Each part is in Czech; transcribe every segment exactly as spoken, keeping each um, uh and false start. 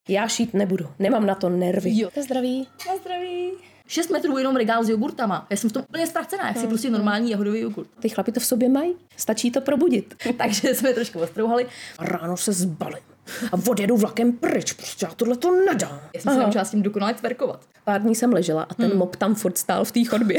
Já šít nebudu, nemám na to nervy. Jo. Na zdraví. Na zdraví. Šest metrů jenom regál s jogurtama. Já jsem v tom úplně ztracená, jak si prostě normální jahodový jogurt. Ty chlapi to v sobě mají, stačí to probudit. Takže jsme trošku ostrouhali. Ráno se zbalím a odjedu vlakem pryč, prostě já tohle to nedám. Já jsem se naučila s tím dokonale tverkovat. Pár dní jsem ležela a ten hmm. mop tam furt stál v té chodbě.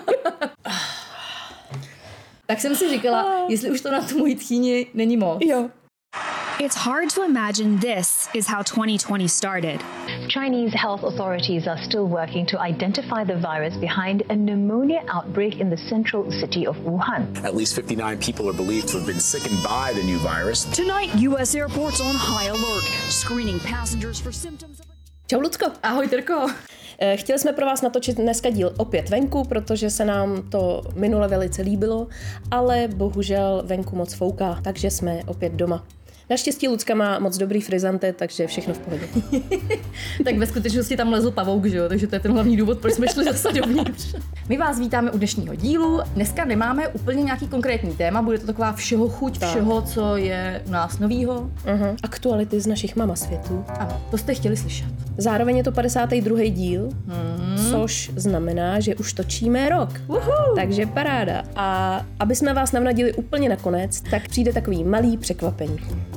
Tak jsem si říkala, jestli už to na tu mojí tchýni není moc. Jo. It's hard to imagine this is how twenty twenty started. Chinese health authorities are still working to identify the virus behind a pneumonia outbreak in the central city of Wuhan. At least fifty-nine people are believed to have been sickened by the new virus. Tonight, U S airports on high alert, screening passengers for symptoms of... Čau, Lucko. Ahoj, Terko. Chtěli jsme pro vás natočit dneska díl opět venku, protože se nám to minule velice líbilo, ale bohužel venku moc fouká, takže jsme opět doma. Naštěstí Lucka má moc dobrý frizanty, takže všechno v pohodě. Tak ve skutečnosti tam lezl pavouk, že jo? Takže to je ten hlavní důvod, proč jsme šli zase dovnitř. My vás vítáme u dnešního dílu. Dneska nemáme úplně nějaký konkrétní téma, bude to taková všeho chuť, tak. Všeho, co je u nás novýho. Uh-huh. Aktuality z našich mama světů. Ano, to jste chtěli slyšet. Zároveň je to padesátý druhý díl, uh-huh. což znamená, že už točíme rok. Uh-huh. Takže paráda. A aby jsme vás navnadili úplně nakonec, tak přijde takový malý překvapení.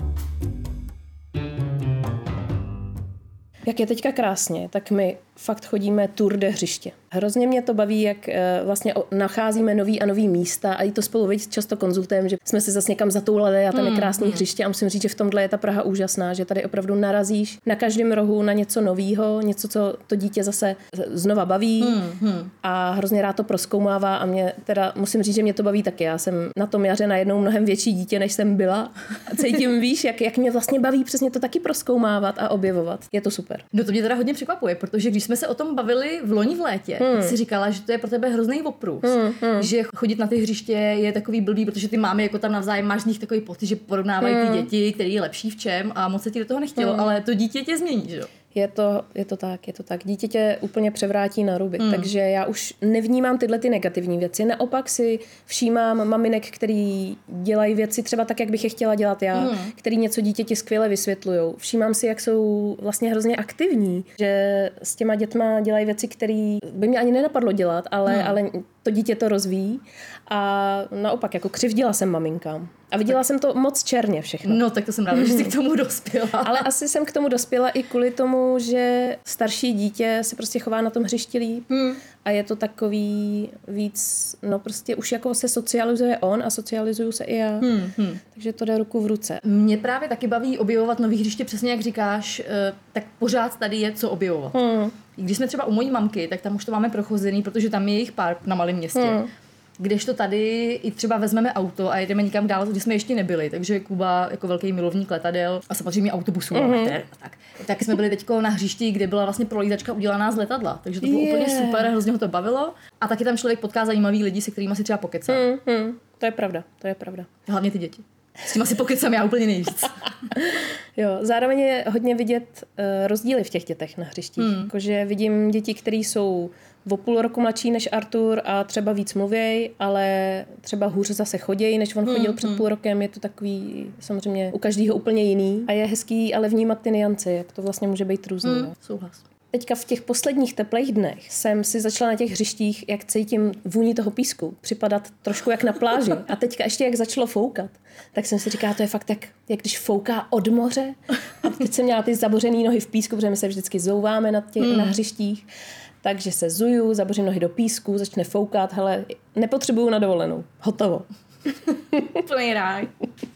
Jak je teďka krásně, tak my fakt chodíme tour de hřiště. Hrozně mě to baví, jak e, vlastně o, nacházíme nový a nový místa a i to spolu víc často konzultujeme, že jsme se zase někam zatoulali a tam mm, je krásný mm. hřiště a musím říct, že v tomhle je ta Praha úžasná, že tady opravdu narazíš na každém rohu na něco novýho, něco, co to dítě zase znova baví mm, mm. a hrozně rád to prozkoumává a mě teda musím říct, že mě to baví taky. Já jsem na tom jaře najednou mnohem větší dítě, než jsem byla. A cítím, víš, jak, jak mě vlastně baví přesně to taky prozkoumávat a objevovat. Je to super. No to mě teda hodně překvapuje, protože když jsme se o tom bavili v loni v létě, hmm. tak si říkala, že to je pro tebe hrozný oprus. Hmm, hmm. Že chodit na ty hřiště je takový blbý, protože ty mámy jako tam navzájem máš z nich takový pocit, že porovnávají ty hmm. děti, který je lepší v čem a moc se ti do toho nechtělo, hmm. ale to dítě tě změní, že jo? Je to, je to tak, je to tak. Dítě tě úplně převrátí na ruby, mm. takže já už nevnímám tyhle ty negativní věci. Naopak si všímám maminek, který dělají věci třeba tak, jak bych je chtěla dělat já, mm. který něco dítěti skvěle vysvětlujou. Všímám si, jak jsou vlastně hrozně aktivní, že s těma dětma dělají věci, které by mě ani nenapadlo dělat, ale, mm. ale to dítě to rozvíjí. A naopak, jako křivdila jsem maminkám. A viděla tak. jsem to moc černě všechno. No, tak to jsem ráda, že jsi k tomu dospěla. Ale asi jsem k tomu dospěla i kvůli tomu, že starší dítě se prostě chová na tom hřišti líp hmm. a je to takový víc, no prostě už jako se socializuje on a socializuju se i já. Hmm, hmm. Takže to jde ruku v ruce. Mě právě taky baví objevovat nový hřiště, přesně jak říkáš, tak pořád tady je co objevovat. Hmm. Když jsme třeba u mojí mamky, tak tam už to máme prochozený, protože tam je jejich park na malém městě. Hmm. Kdežto tady i třeba vezmeme auto a jedeme někam dál, kde jsme ještě nebyli, takže Kuba jako velký milovník letadel a samozřejmě autobusů mm-hmm. a tak. Tak jsme byli teďko na hřišti, kde byla vlastně prolítačka udělaná z letadla, takže to bylo yeah. úplně super, hrozně ho to bavilo a taky tam člověk potká zajímavý lidi, se kterými si třeba pokecá. Mm-hmm. To je pravda, to je pravda. Hlavně ty děti. S tím asi pokecám já úplně nejvíc. Jo, zároveň je hodně vidět uh, rozdíly v těch dětech na hřištích. Mm. Jakože vidím děti, které jsou o půl roku mladší než Artur a třeba víc mluvěj, ale třeba hůř zase chodějí, než on chodil mm, před půl rokem. Je to takový samozřejmě u každého úplně jiný. A je hezký ale vnímat ty niance, jak to vlastně může být různý. Mm, souhlas. Teďka v těch posledních teplých dnech jsem si začala na těch hřištích, jak cítím vůni toho písku, připadat trošku jak na pláži. A teďka ještě jak začalo foukat, tak jsem si říkala, to je fakt tak, jak když fouká od moře. A teď jsem měla ty zabořený nohy v písku, protože my se vždycky zouváme na, těch, mm. na hřištích. Takže se zuju, zabořím nohy do písku, začne foukat, hele, nepotřebuju na dovolenou. Hotovo. Plný ráj.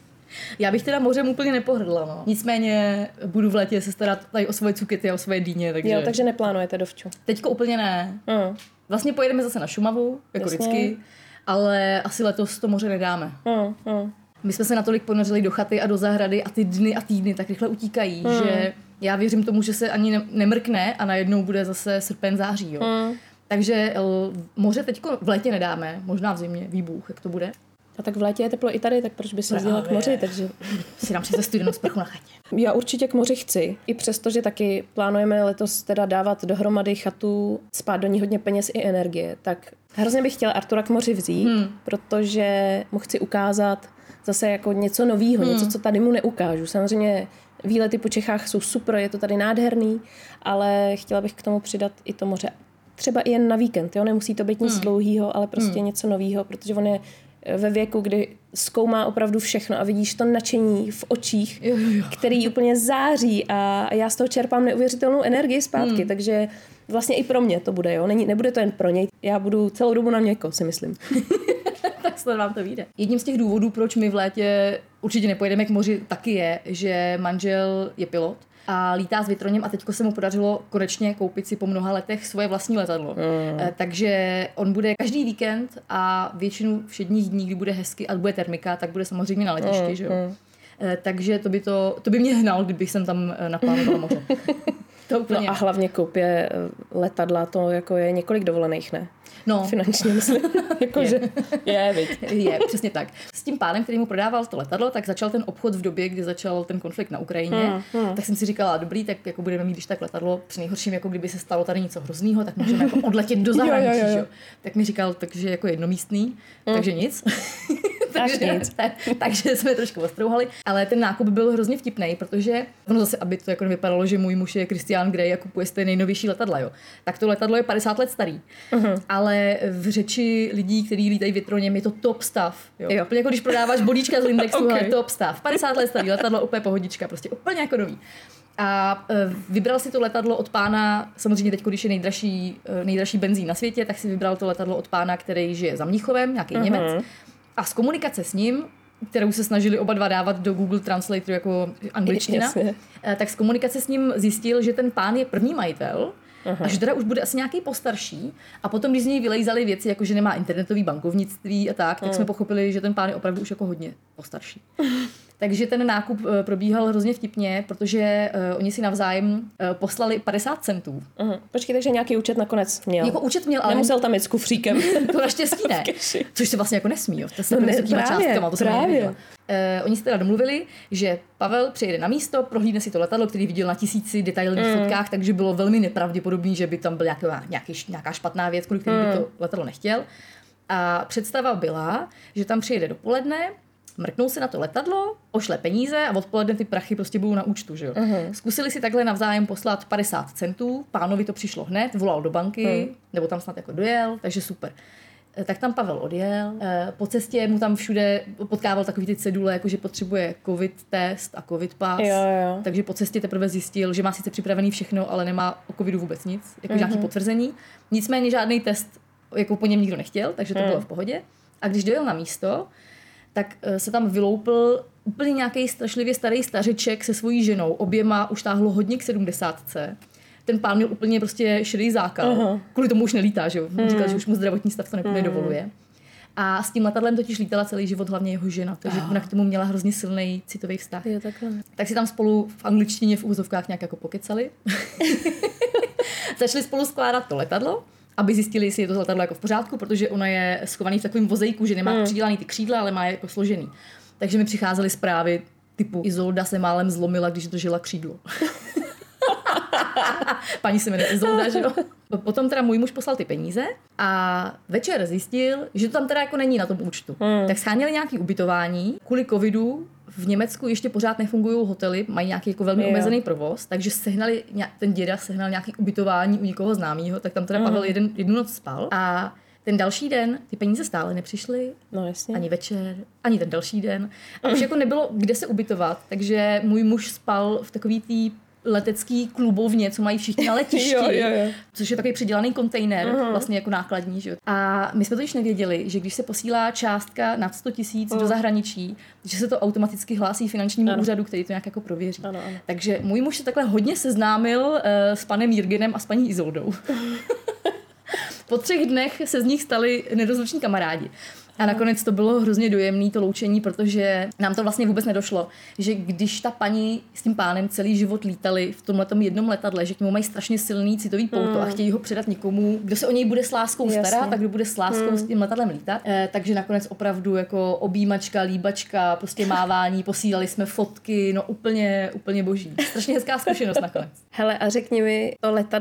Já bych teda mořem úplně nepohrdla, no. Nicméně budu v létě se starat tady o svoje cukety a o svoje dýně, takže... Jo, takže neplánujete dovču. Teďko úplně ne. Mm. Vlastně pojedeme zase na Šumavu, jako Jasně. vždycky, ale asi letos to moře nedáme. Mm, mm. My jsme se natolik ponořili do chaty a do zahrady a ty dny a týdny tak rychle utíkají, mm. že já věřím tomu, že se ani ne- nemrkne a najednou bude zase srpen, září, jo. Mm. Takže l- moře teďko v létě nedáme, možná v zimě, výbuch, jak to bude. A tak v létě je teplo i tady, tak proč by se jezdila k moři, takže... Si dám přece studenou sprchu na chatě. Já určitě k moři chci, i přesto, že taky plánujeme letos teda dávat dohromady chatu, spát do ní hodně peněz i energie, tak hrozně bych chtěla Artura k moři vzít, hmm. protože mu chci ukázat zase jako něco novýho, hmm. něco, co tady mu neukážu. Samozřejmě Výlety po Čechách jsou super, je to tady nádherný, ale chtěla bych k tomu přidat i to moře. Třeba i jen na víkend, jo? Nemusí to být nic hmm. dlouhýho, ale prostě hmm. něco novýho, protože on je ve věku, kdy zkoumá opravdu všechno a vidíš to nadšení v očích, jo, jo, jo. který úplně září a já z toho čerpám neuvěřitelnou energii zpátky, hmm. takže vlastně i pro mě to bude, jo? Není, nebude to jen pro něj, já budu celou dobu na měko, si myslím. Tak snad vám to vyjde. Jedním z těch důvodů, proč my v létě určitě nepojedeme k moři, taky je, že manžel je pilot a lítá s větroněm a teďko se mu podařilo konečně koupit si po mnoha letech svoje vlastní letadlo. Mm. E, takže on bude každý víkend a většinu všedních dní, kdy bude hezky a bude termika, tak bude samozřejmě na letišti, mm. že jo. Mm. E, takže to by, to, to by mě hnal, kdybych jsem tam naplánovala moře. To úplně. No a hlavně koupě letadla, to jako je několik dovolených, ne? No. Finančně myslím. jako, je. Že je, viď. Je, přesně tak. S tím pánem, který mu prodával to letadlo, tak začal ten obchod v době, kdy začal ten konflikt na Ukrajině. Hmm, hmm. Tak jsem si říkala, dobrý, tak jako budeme mít když tak letadlo, při nejhorším, jako kdyby se stalo tady něco hroznýho, tak můžeme jako odletět do zahraničí. jo, jo, jo. Tak mi říkal, takže jako jednomístný, hmm. takže nic. takže, nic. Tak, takže jsme trošku ostrouhali, ale ten nákup byl hrozně vtipný, protože ono zase, aby to jako nevypadalo, že můj muž je Christian Grey a kupuje stejné nejnovější letadla, jo. Tak to letadlo je padesát let starý. Uh-huh. Ale v řeči lidí, kteří lítají větroněm, je to top stav. Jo. Jo. Úplně jako když prodáváš bodíčka z Lindexu, okay. top stav. padesát let starý letadlo, úplně pohodička, prostě úplně jako nový. A e, vybral si to letadlo od pána, samozřejmě teď, když je nejdražší, e, nejdražší benzín na světě, tak si vybral to letadlo od pána, který žije za Mnichovem, nějaký uh-huh. Němec. A z komunikace s ním, kterou se snažili oba dva dávat do Google Translatoru jako angličtina, e, tak z komunikace s ním zjistil, že ten pán je první majitel, aha. a že teda už bude asi nějaký postarší. A potom, když z něj vylejzaly věci, jako že nemá internetový bankovnictví a tak, tak mm. jsme pochopili, že ten pán je opravdu už jako hodně postarší. Takže ten nákup uh, probíhal hrozně vtipně, protože uh, oni si navzájem uh, poslali padesát centů. Uh-huh. Počkej, takže nějaký účet nakonec měl. Jako účet měl, ale nemusel tam jít s kufříkem. To naštěstí ne. Což se vlastně jako nesmí, jo. To se no ne, vysokýma právě, částkama, to právě. Uh, oni se teda domluvili, že Pavel přijede na místo, prohlídne si to letadlo, který viděl na tisíci detailních mm. fotkách, takže bylo velmi nepravděpodobný, že by tam byla nějaká, nějaký, nějaká špatná věc, kvůli který mm. by to letadlo nechtěl. A představa byla, že tam přijede dopoledne, mrknou se na to letadlo, pošle peníze a odpoledne ty prachy prostě budou na účtu, že jo. Uh-huh. Zkusili si takhle navzájem poslat padesát centů, pánovi to přišlo hned, volal do banky, uh-huh. nebo tam snad jako dojel, takže super. Tak tam Pavel odjel, po cestě mu tam všude potkával takový ty cedule, jako že potřebuje covid test a covid pass, jo, jo. takže po cestě teprve zjistil, že má sice připravený všechno, ale nemá o covidu vůbec nic, jako uh-huh. nějaký potvrzení. Nicméně žádný test jako po něm nikdo nechtěl, takže to uh-huh. bylo v pohodě. A když dojel na místo, tak se tam vyloupil úplně nějaký strašlivě starý stařeček se svojí ženou. Oběma už táhlo hodně k sedmdesátce. Ten pán měl úplně prostě šedý zákal. Uh-huh. Kvůli tomu už nelítá, že jo? Uh-huh. Říkal, že už mu zdravotní stav to uh-huh. nedovoluje. A s tím letadlem totiž lítala celý život hlavně jeho žena, takže uh-huh. ona k tomu měla hrozně silný citový vztah. Jo, takhle. Tak si tam spolu v angličtině v úvozovkách nějak jako pokecali. Začali spolu skládat to letadlo, aby zjistili, jestli je to letadlo jako v pořádku, protože ona je schovaný v takovém vozejku, že nemá mm. přidělaný ty křídla, ale má je jako složený. Takže mi přicházely zprávy typu Izolda se málem zlomila, když držela křídlo. Paní se jmenuje Izolda, že jo? Potom teda můj muž poslal ty peníze a večer zjistil, že to tam teda jako není na tom účtu. Mm. Tak scháněli nějaký ubytování. Kvůli covidu v Německu ještě pořád nefungují hotely, mají nějaký jako velmi jo. omezený provoz, takže sehnali, ten děda sehnal nějaký ubytování u někoho známého, tak tam teda mm. Pavel jeden, jednu noc spal a ten další den ty peníze stále nepřišly, no, jasně. ani večer, ani ten další den. A už jako nebylo kde se ubytovat, takže můj muž spal v takový tý letecký klubovně, co mají všichni na letišti, jo, jo, jo. což je takový přidělaný kontejner, uh-huh. vlastně jako nákladní. Že? A my jsme to již nevěděli, že když se posílá částka nad sto tisíc uh-huh. do zahraničí, že se to automaticky hlásí finančnímu ano. úřadu, který to nějak jako prověří. Ano, ano. Takže můj muž se takhle hodně seznámil uh, s panem Jirgenem a s paní Izoldou. Po třech dnech se z nich stali nerozluční kamarádi. A nakonec to bylo hrozně dojemný, to loučení, protože nám to vlastně vůbec nedošlo, že když ta paní s tím pánem celý život lítali v tomhletom jednom letadle, že k němu mají strašně silný citový pouto mm. a chtějí ho předat někomu, kdo se o něj bude s láskou starat, tak kdo bude s láskou mm. s tím letadlem lítat. E, takže nakonec opravdu jako objímačka, líbačka, prostě mávání, posílali jsme fotky, no úplně, úplně boží. Strašně hezká zkušenost nakonec. Hele, a řekni mi, to letadlo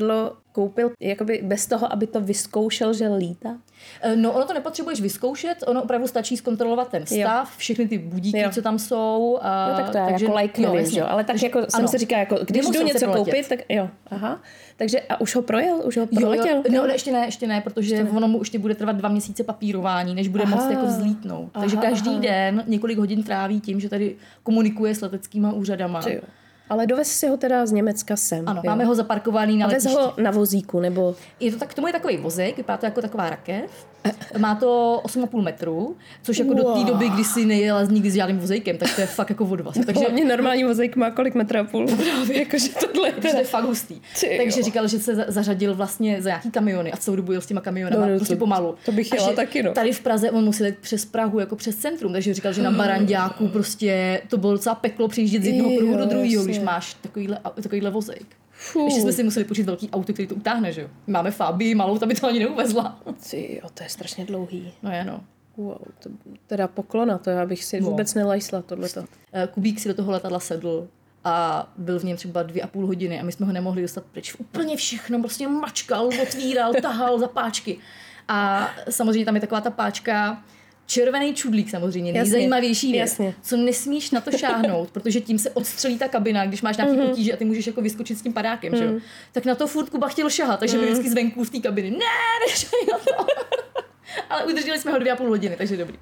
koupil jakoby bez toho, aby to vyzkoušel, že lítá? No ono to nepotřebuješ vyzkoušet, ono opravdu stačí zkontrolovat ten stav, jo. všechny ty budíky, jo. co tam jsou. A, no tak to já takže, jako like nevím, jo, ale tak takže, jako jsem si říká, jako, když jdu něco koupit, tak jo, aha. Takže a už ho projel, už ho proletěl? Jo, jo. No ještě ne, ještě ne, protože ještě ne. ono mu už bude trvat dva měsíce papírování, než bude aha. moct jako vzlítnout. Aha, takže každý aha. den několik hodin tráví tím, že tady komunikuje s leteckýma úřadama. Čijo. Ale dovez si ho teda z Německa sem. Ano, jo. máme ho zaparkovaný na letišti. A vez ho na vozíku, nebo... Je to tak, tomu je takový vozík, vypadá to jako taková rakev. Má to osm a půl metru, což jako wow. do té doby, kdy si nejela nikdy s žádným vozíkem, tak to je fakt jako odvaz. Takže mě normální vozík má kolik metrů a půl. Právě, jakože tohle je, to je fakt hustý. Ty, takže jo. říkal, že se zařadil vlastně za nějaký kamiony a celou dobu jel s těma kamionama, no, no, prostě to, pomalu. To bych jela taky, no. Tady v Praze on musel jít přes Prahu, jako přes centrum, takže říkal, že na Baranďáku prostě to bylo docela peklo přejíždět z jednoho pruhu do druhého, když máš takovýhle, takovýhle vozík. Fuh. Ještě jsme si museli počít velký auto, který to utáhne, že jo. Máme Fabii malou, ta by to ani neuvezla. Ty jo, to je strašně dlouhý. No je, no. Wow, to teda poklona, to já bych si no. vůbec nelajsla tohleto. Kubík si do toho letadla sedl a byl v něm třeba dvě a půl hodiny a my jsme ho nemohli dostat pryč. Úplně všechno, prostě mačkal, otvíral, tahal za páčky. A samozřejmě tam je taková ta páčka, červený čudlík samozřejmě, jasně, nejzajímavější věc, jasně. co nesmíš na to šáhnout, protože tím se odstřelí ta kabina, když máš nějaký mm-hmm. potíže a ty můžeš jako vyskočit s tím padákem, mm. že jo? Tak na to furt Kuba chtěl šahat, takže mm. my vždycky zvenku z té kabiny, ne, nešaj na to. Ale udrželi jsme ho dvě a půl hodiny, takže dobrý.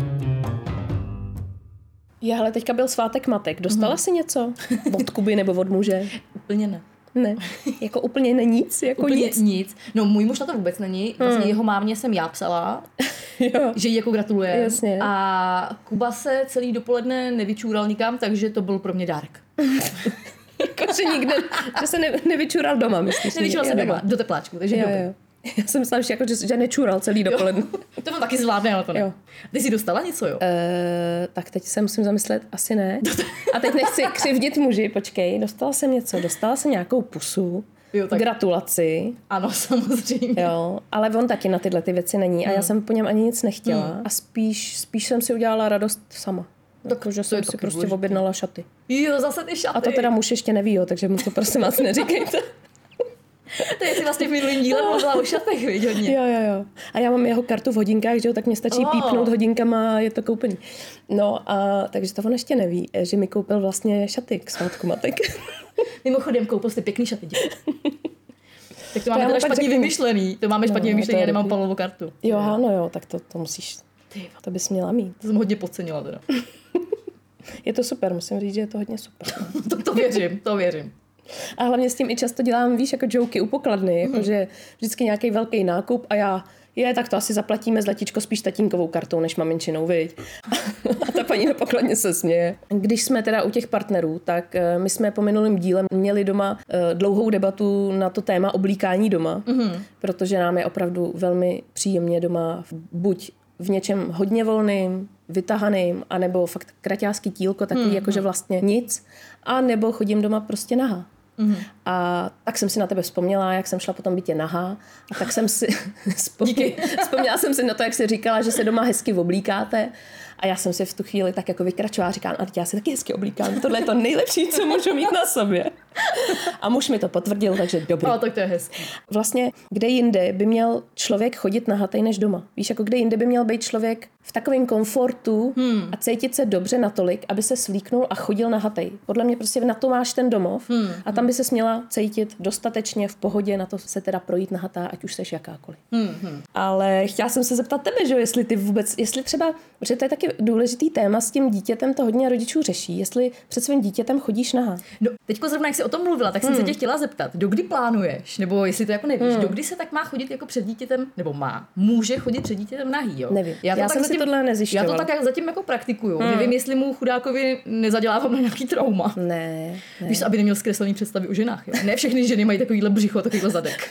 Je, hele, teďka byl svátek matek. Dostala mm-hmm. si něco? Od Kuby nebo od muže? Úplně ne. Ne, jako úplně ne nic, jako úplně nic. nic. No můj muž na to vůbec není, vlastně hmm. jeho mámě jsem já psala, jo. že jí jako gratuluje. Jasně. A Kuba se celý dopoledne nevyčůral nikam, takže to byl pro mě dárek. Jako, že nikde, že se ne, nevyčůral doma, myslíš? Nevyčůral se doma, do tepláčku, takže jo, jo. Já jsem myslela, že, jako, že, že nečůral celý dopoledne. To mám taky zvládne, ale to ne. Jo. Ty jsi dostala něco, jo? E, tak teď se musím zamyslet, asi ne. A teď nechci křivdit muži, počkej, dostala jsem něco, dostala jsem nějakou pusu, jo, tak... gratulaci. Ano, samozřejmě. Jo, ale on taky na tyhle ty věci není a hmm. já jsem po něm ani nic nechtěla hmm. a spíš, spíš jsem si udělala radost sama. Tak, že jsem si prostě důležitý. Objednala šaty. Jo, zase ty šaty. A to teda muž ještě neví, jo, takže mu to prosím vás neříkejte. To je si vlastně v minulým díle mluvila o šatech, viď, hodně. Jo, jo, jo. A já mám jeho kartu v hodinkách, že jo, tak mě stačí oh. pípnout hodinkama a je to koupený. No a takže to on ještě neví, že mi koupil vlastně šaty k svátku matek. Mimochodem, koupil jste pěkný šaty, děkuji. Tak to máme teda špatně řeknu... vymyšlený. To máme špatně no, vymyšlený, já nemám Pavlovu kartu. Jo, ano, jo, tak to, to musíš, to bys měla mít. To jsem hodně podcenila teda. Je to super, musím říct, že je to hodně super. to, to věřím, to věřím. A hlavně s tím i často dělám, víš, jako joky u pokladny, jakože vždycky nějaký velký nákup a já, je, tak to asi zaplatíme zlatíčko spíš tatínkovou kartou, než maminčinou, viď? A ta paní na pokladně se směje. Když jsme teda u těch partnerů, tak my jsme po minulém díle měli doma dlouhou debatu na to téma oblíkání doma, mm-hmm. protože nám je opravdu velmi příjemně doma buď v něčem hodně volným, vytahaným, anebo fakt kraťáský tílko, takový mm-hmm. jakože vlastně nic, a nebo chodím doma prostě nahá. Mm-hmm. A tak jsem si na tebe vzpomněla, jak jsem šla potom bytě nahá, a tak jsem si vzpomněla, vzpomněla jsem si na to, jak jsi říkala, že se doma hezky oblíkáte, a já jsem si v tu chvíli tak jako vykračovala a říkám, a já si taky hezky oblíkám, tohle je to nejlepší, co můžu mít na sobě. A muž mi to potvrdil, takže dobrý. A tak to je hezký. Vlastně, kde jinde by měl člověk chodit nahatej než doma? Víš, jako kde jinde by měl být člověk v takovém komfortu hmm. a cítit se dobře natolik, aby se svlíknul a chodil nahatej. Podle mě prostě na to máš ten domov hmm. a tam by se směla cítit dostatečně v pohodě na to se teda projít nahatá, ať už seš jakákoliv. Hmm. Ale chtěla jsem se zeptat tebe, že jestli ty vůbec, jestli třeba, protože to je taky důležitý téma, s tím dítětem to hodně rodičů řeší, jestli před svým dítětem chodíš nahá. No, teďko zrovna, jak jsi o tom mluvila, tak jsem hmm. se tě chtěla zeptat, dokdy plánuješ, nebo jestli to jako nevíš, hmm. dokdy se tak má chodit jako před dítětem, nebo má, může chodit před dítětem nahý, jo? Nevím. Já, já jsem si tohle nezjišťovala. Já to tak zatím jako praktikuju. Hmm. Nevím, jestli mu chudákovi nezadělávám na nějaký trauma. Ne, ne. Víš, aby neměl zkreslený představy o ženách, jo? Ne všechny ženy mají takovýhle břicho a takovýhle zadek.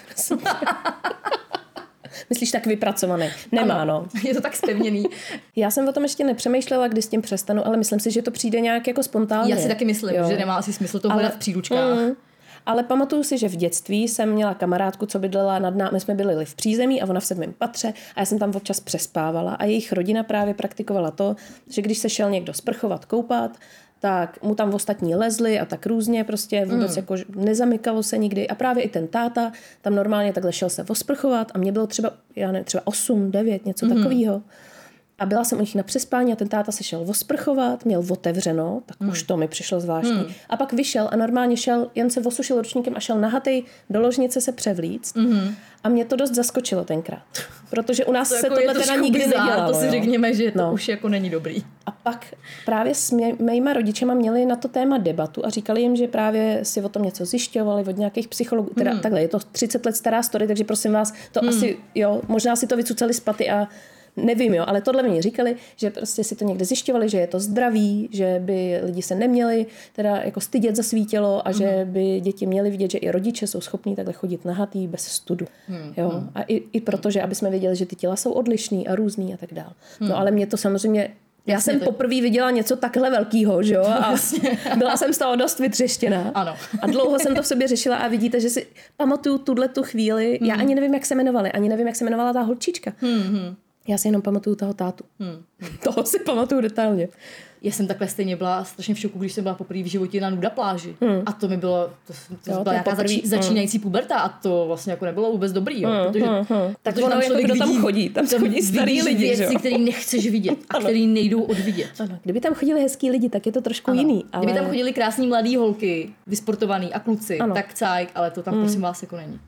Myslíš tak vypracovaný? Nemá, ano, no. Je to tak zpevněný. Já jsem o tom ještě nepřemýšlela, kdy s tím přestanu, ale myslím si, že to přijde nějak jako spontánně. Já si taky myslím, jo. že nemá asi smysl to hledat v příručkách. Mm, ale pamatuju si, že v dětství jsem měla kamarádku, co bydlela nad námi, my jsme byli v přízemí a ona v sedmém patře a já jsem tam občas přespávala a jejich rodina právě praktikovala to, že když se šel někdo sprchovat, koupat, tak mu tam ostatní lezli a tak různě prostě vůbec mm. jako nezamykalo se nikdy a právě i ten táta tam normálně takhle šel se osprchovat a mě bylo třeba, já nevím, třeba osm, devět, něco mm. takového. A byla jsem u nich na přespání a ten táta se šel osprchovat, měl otevřeno, tak hmm. už to mi přišlo zvláštní. Hmm. A pak vyšel a normálně šel, jen se osušil ručníkem a šel nahatej do ložnice se převlíct. Hmm. A mě to dost zaskočilo tenkrát. Protože u nás to se jako tohle teda nikdy bizár, nedělalo. To si řekněme, že to no. už jako není dobrý. A pak právě s mě, mýma rodičema měli na to téma debatu a říkali jim, že právě si o tom něco zjišťovali od nějakých psychologů. Teda hmm. takhle, je to třicet let stará story, takže prosím vás, to hmm. asi, jo, možná si to vycucali z paty a nevím, jo, ale tohle mi říkali, že prostě si to někde zjišťovali, že je to zdravý, že by lidi se neměli teda jako stydět za svý tělo a mm. že by děti měly vidět, že i rodiče jsou schopní takhle chodit nahatý bez studu. Mm. Jo? A i, i proto, že aby jsme věděli, že ty těla jsou odlišný a různý a tak dál. Mm. No ale mě to samozřejmě já Jasně jsem to... poprvé viděla něco takhle velkýho, že jo? A byla jsem z toho dost vytřeštěná. Ano. A dlouho jsem to v sobě řešila a vidíte, že si pamatuju tuhle tu chvíli. Mm. Já ani nevím, jak se jmenovali, ani nevím, jak se jmenovala ta holčička. Mm. Já si jenom pamatuju toho tátu. Hmm. Toho si pamatuju detailně. Já jsem takhle stejně byla strašně v šoku, když jsem byla poprvé v životě na nuda pláži. Hmm. A to mi bylo, to, to jo, byla nějaká poprvý, zači, začínající hmm. puberta a to vlastně jako nebylo vůbec dobrý. Jo, hmm. protože, hmm. Tak ono jako kdo tam chodí, tam chodí starý lidi. Věci, které nechceš vidět a které nejdou odvidět. Ano. Kdyby tam chodili hezký lidi, tak je to trošku ano. jiný. Ale... Kdyby tam chodili krásný mladý holky, vysportovaný a kluci, ano. tak cajk, ale to tam hmm. prosím vás jako není.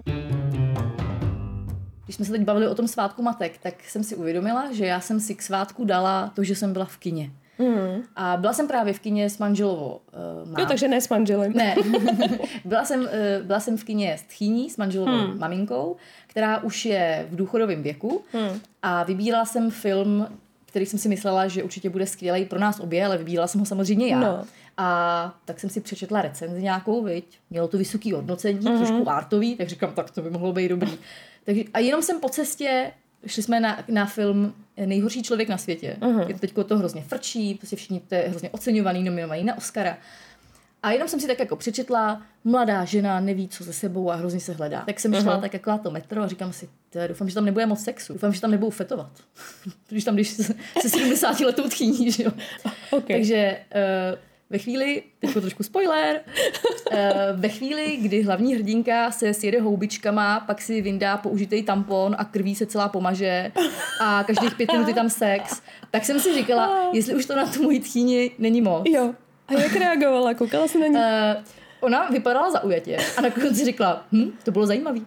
Když jsme se teď bavili o tom svátku matek, tak jsem si uvědomila, že já jsem si k svátku dala to, že jsem byla v kině. Mm. A byla jsem právě v kině s manželovou uh, mám. Jo, takže ne s manželem. Ne. byla, jsem, uh, byla jsem v kině s tchýní, s manželovou mm. maminkou, která už je v důchodovém věku mm. a vybírala jsem film, který jsem si myslela, že určitě bude skvělý pro nás obě, ale vybírala jsem ho samozřejmě já. No. A tak jsem si přečetla recenzi nějakou, viď? Mělo to vysoký hodnocení, mm-hmm. trošku artový, tak říkám, tak to by mohlo být dobrý. Takže, a jenom jsem po cestě, šli jsme na, na film Nejhorší člověk na světě. Uh-huh. Je to teďko to hrozně frčí, prostě všichni to je hrozně oceňovaný, nominovaný na Oscara. A jenom jsem si tak jako přečetla, mladá žena neví, co se sebou a hrozně se hledá. Tak jsem uh-huh. šla tak jako na to metro a říkám si, doufám, že tam nebude moc sexu. Doufám, že tam nebudou fetovat. Když tam, když se, se sedmdesáti letou tchýní, že jo. Okay. Takže... Uh, Ve chvíli, teďko trošku spoiler, uh, ve chvíli, kdy hlavní hrdinka se sjede houbičkama, pak si vyndá použitej tampon a krví se celá pomaže a každých pět minut je tam sex, tak jsem si říkala, jestli už to na tu moji tchýni není moc. Jo. A jak reagovala? Koukala jsem na ní? Uh, ona vypadala zaujatě a nakonec si řekla, hm, to bylo zajímavý.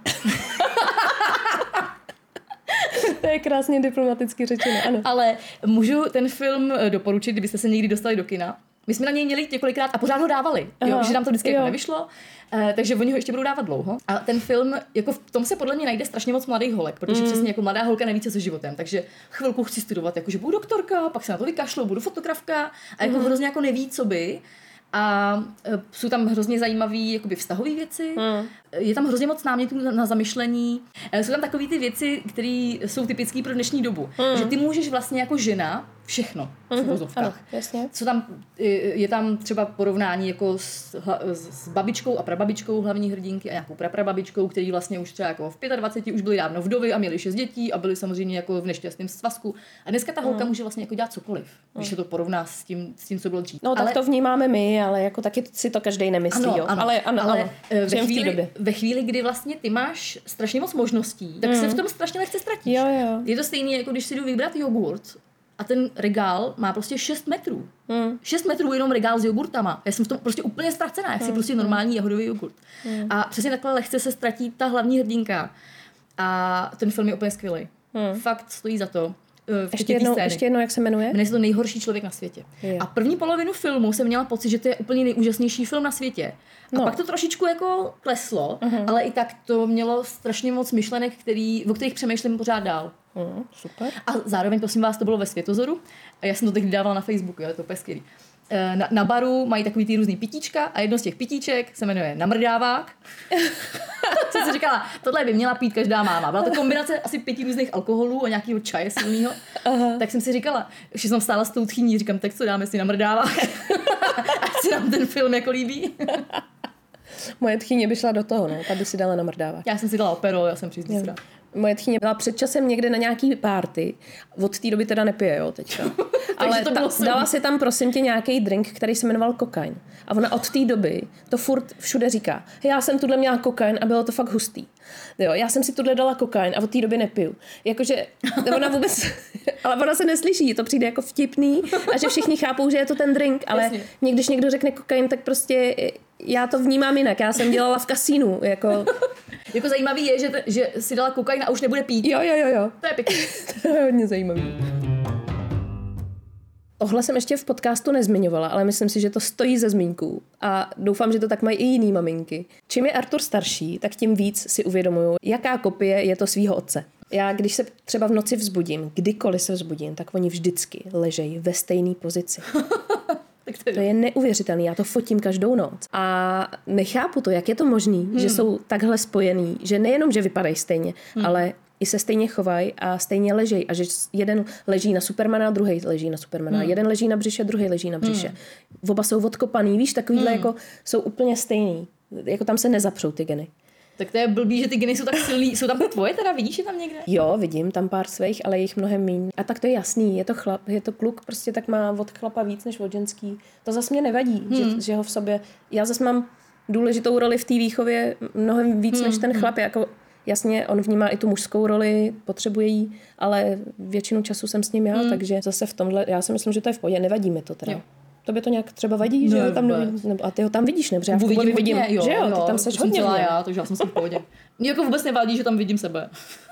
To je krásně diplomaticky řečeno, ano. Ale můžu ten film doporučit, kdybyste se někdy dostali do kina. My jsme na něj měli několikrát a pořád ho dávali, jo, že nám to vždycky jako nevyšlo, uh, takže oni ho ještě budou dávat dlouho. A ten film, jako v tom se podle mě najde strašně moc mladých holek, protože mm. přesně jako mladá holka neví, co se životem, takže chvilku chci studovat, jakože budu doktorka, pak se na to vykašlu, budu fotografka a jako mm. hrozně jako neví, co by. A uh, jsou tam hrozně zajímavý jakoby vztahové věci, mm. je tam hrozně moc námětů na, na zamyšlení, uh, jsou tam takové ty věci, které jsou typické pro dnešní dobu, mm. že ty můžeš vlastně jako žena všechno v uvozovkách. Mm-hmm. Co tam, je tam třeba porovnání jako s, s babičkou a prababičkou hlavní hrdinky a nějakou praprababičkou, který vlastně už třeba jako v dvaceti pěti už byli dávno vdovy a měli šest dětí a byli samozřejmě jako v nešťastném svazku. A dneska ta holka mm. může vlastně jako dělat cokoliv, mm. když se to porovná s tím, s tím, co bylo dřív. No ale... tak to vnímáme my, ale jako taky si to každej nemyslí, ano, jo. Ano, ale ano, ale ano. Ve, chvíli, ve chvíli, kdy vlastně ty máš strašně moc možností, tak mm. se v tom strašně lehce ztratíš. Jo, jo. Je to stejné, jako když si jdu vybrat jogurt. A ten regál má prostě šest metrů. Mm. šest metrů jenom regál s jogurtama. Já jsem v tom prostě úplně ztracená, jak si mm. prostě normální jahodový jogurt. Mm. A přesně takhle lehce se ztratí ta hlavní hrdinka. A ten film je úplně skvělý. Mm. Fakt stojí za to. Ještě jednou, ještě jednou, jak se jmenuje? Jmenuje se to Nejhorší člověk na světě. Je. A první polovinu filmu jsem měla pocit, že to je úplně nejúžasnější film na světě. No. A pak to trošičku jako kleslo, uh-huh. ale i tak to mělo strašně moc myšlenek, který, o kterých přemýšlím pořád dál. Uh, super. A zároveň, prosím vás, to bylo ve Světozoru. A já jsem to teď dávala na Facebooku, ale to je úplně skvělý. Na, na baru mají takový ty různý pitíčka a jedno z těch pitíček se jmenuje Namrdávák. Jsem si říkala, tohle by měla pít každá máma. Byla to kombinace asi pěti různých alkoholů a nějakého čaje silného. Tak jsem si říkala, že jsem stála s tou tchýní, říkám, tak co dáme si Namrdávák? Ať se nám ten film jako líbí. Moje tchýně by šla do toho, no. Ta by si dala Namrdávák. Já jsem si dala Opero, já jsem příznivá. Moje tchýně byla před časem někde na nějaký party. Od té doby teda nepije, jo, teďka. Ale to ta, dala si tam, prosím tě, nějaký drink, který se jmenoval kokain. A ona od té doby to furt všude říká. Hej, já jsem tuhle měla kokain a bylo to fakt hustý. Jo, já jsem si tuhle dala kokain a od té doby nepiju. Jakože ona vůbec, ale ona se neslyší, to přijde jako vtipný a že všichni chápou, že je to ten drink, ale Jasně. někdy, když někdo řekne kokain, tak prostě já to vnímám jinak. Já jsem dělala v kasínu, jako... Jako zajímavý je, že, te, že si dala kokain a už nebude pít. Jo, jo, jo, jo. To je pěkný. To je hodně zajímavý. Tohle jsem ještě v podcastu nezmiňovala, ale myslím si, že to stojí za zmínku a doufám, že to tak mají i jiný maminky. Čím je Artur starší, tak tím víc si uvědomuju, jaká kopie je to svýho otce. Já, když se třeba v noci vzbudím, kdykoliv se vzbudím, tak oni vždycky ležejí ve stejné pozici. To je neuvěřitelný, já to fotím každou noc. A nechápu to, jak je to možný, hmm. že jsou takhle spojený, že nejenom, že vypadají stejně, hmm. ale i se stejně chovají a stejně ležejí. A že jeden leží na Supermana, druhý leží na Supermana. Hmm. Jeden leží na břiše, druhý leží na břiše. Hmm. Oba jsou odkopaný, víš, takovýhle hmm. jako jsou úplně stejný. Jako tam se nezapřou ty geny. Tak to je blbý, že ty geny jsou tak silný. Jsou tam tvoje teda, vidíš je tam někde? Jo, vidím tam pár svých, ale jich mnohem míň. A tak to je jasný, je to chlap, je to kluk, prostě tak má od chlapa víc než od ženský. To zase mě nevadí, hmm. že, že ho v sobě... Já zase mám důležitou roli v té výchově mnohem víc hmm. než ten chlap. Jako, jasně, on vnímá i tu mužskou roli, potřebuje jí, ale většinu času jsem s ním já, hmm. takže zase v tomhle, já si myslím, že to je v pohodě, nevadí mi to teda. Jo. Tobě to nějak třeba vadí, že ho tam nevidíš? A ty ho tam vidíš, ne? Protože já v vidím, vidím, jo, že jo, jo, ty tam seš hodně. Celá já, takže já jsem si v pohodě. Mně jako vůbec nevadí, že tam vidím sebe.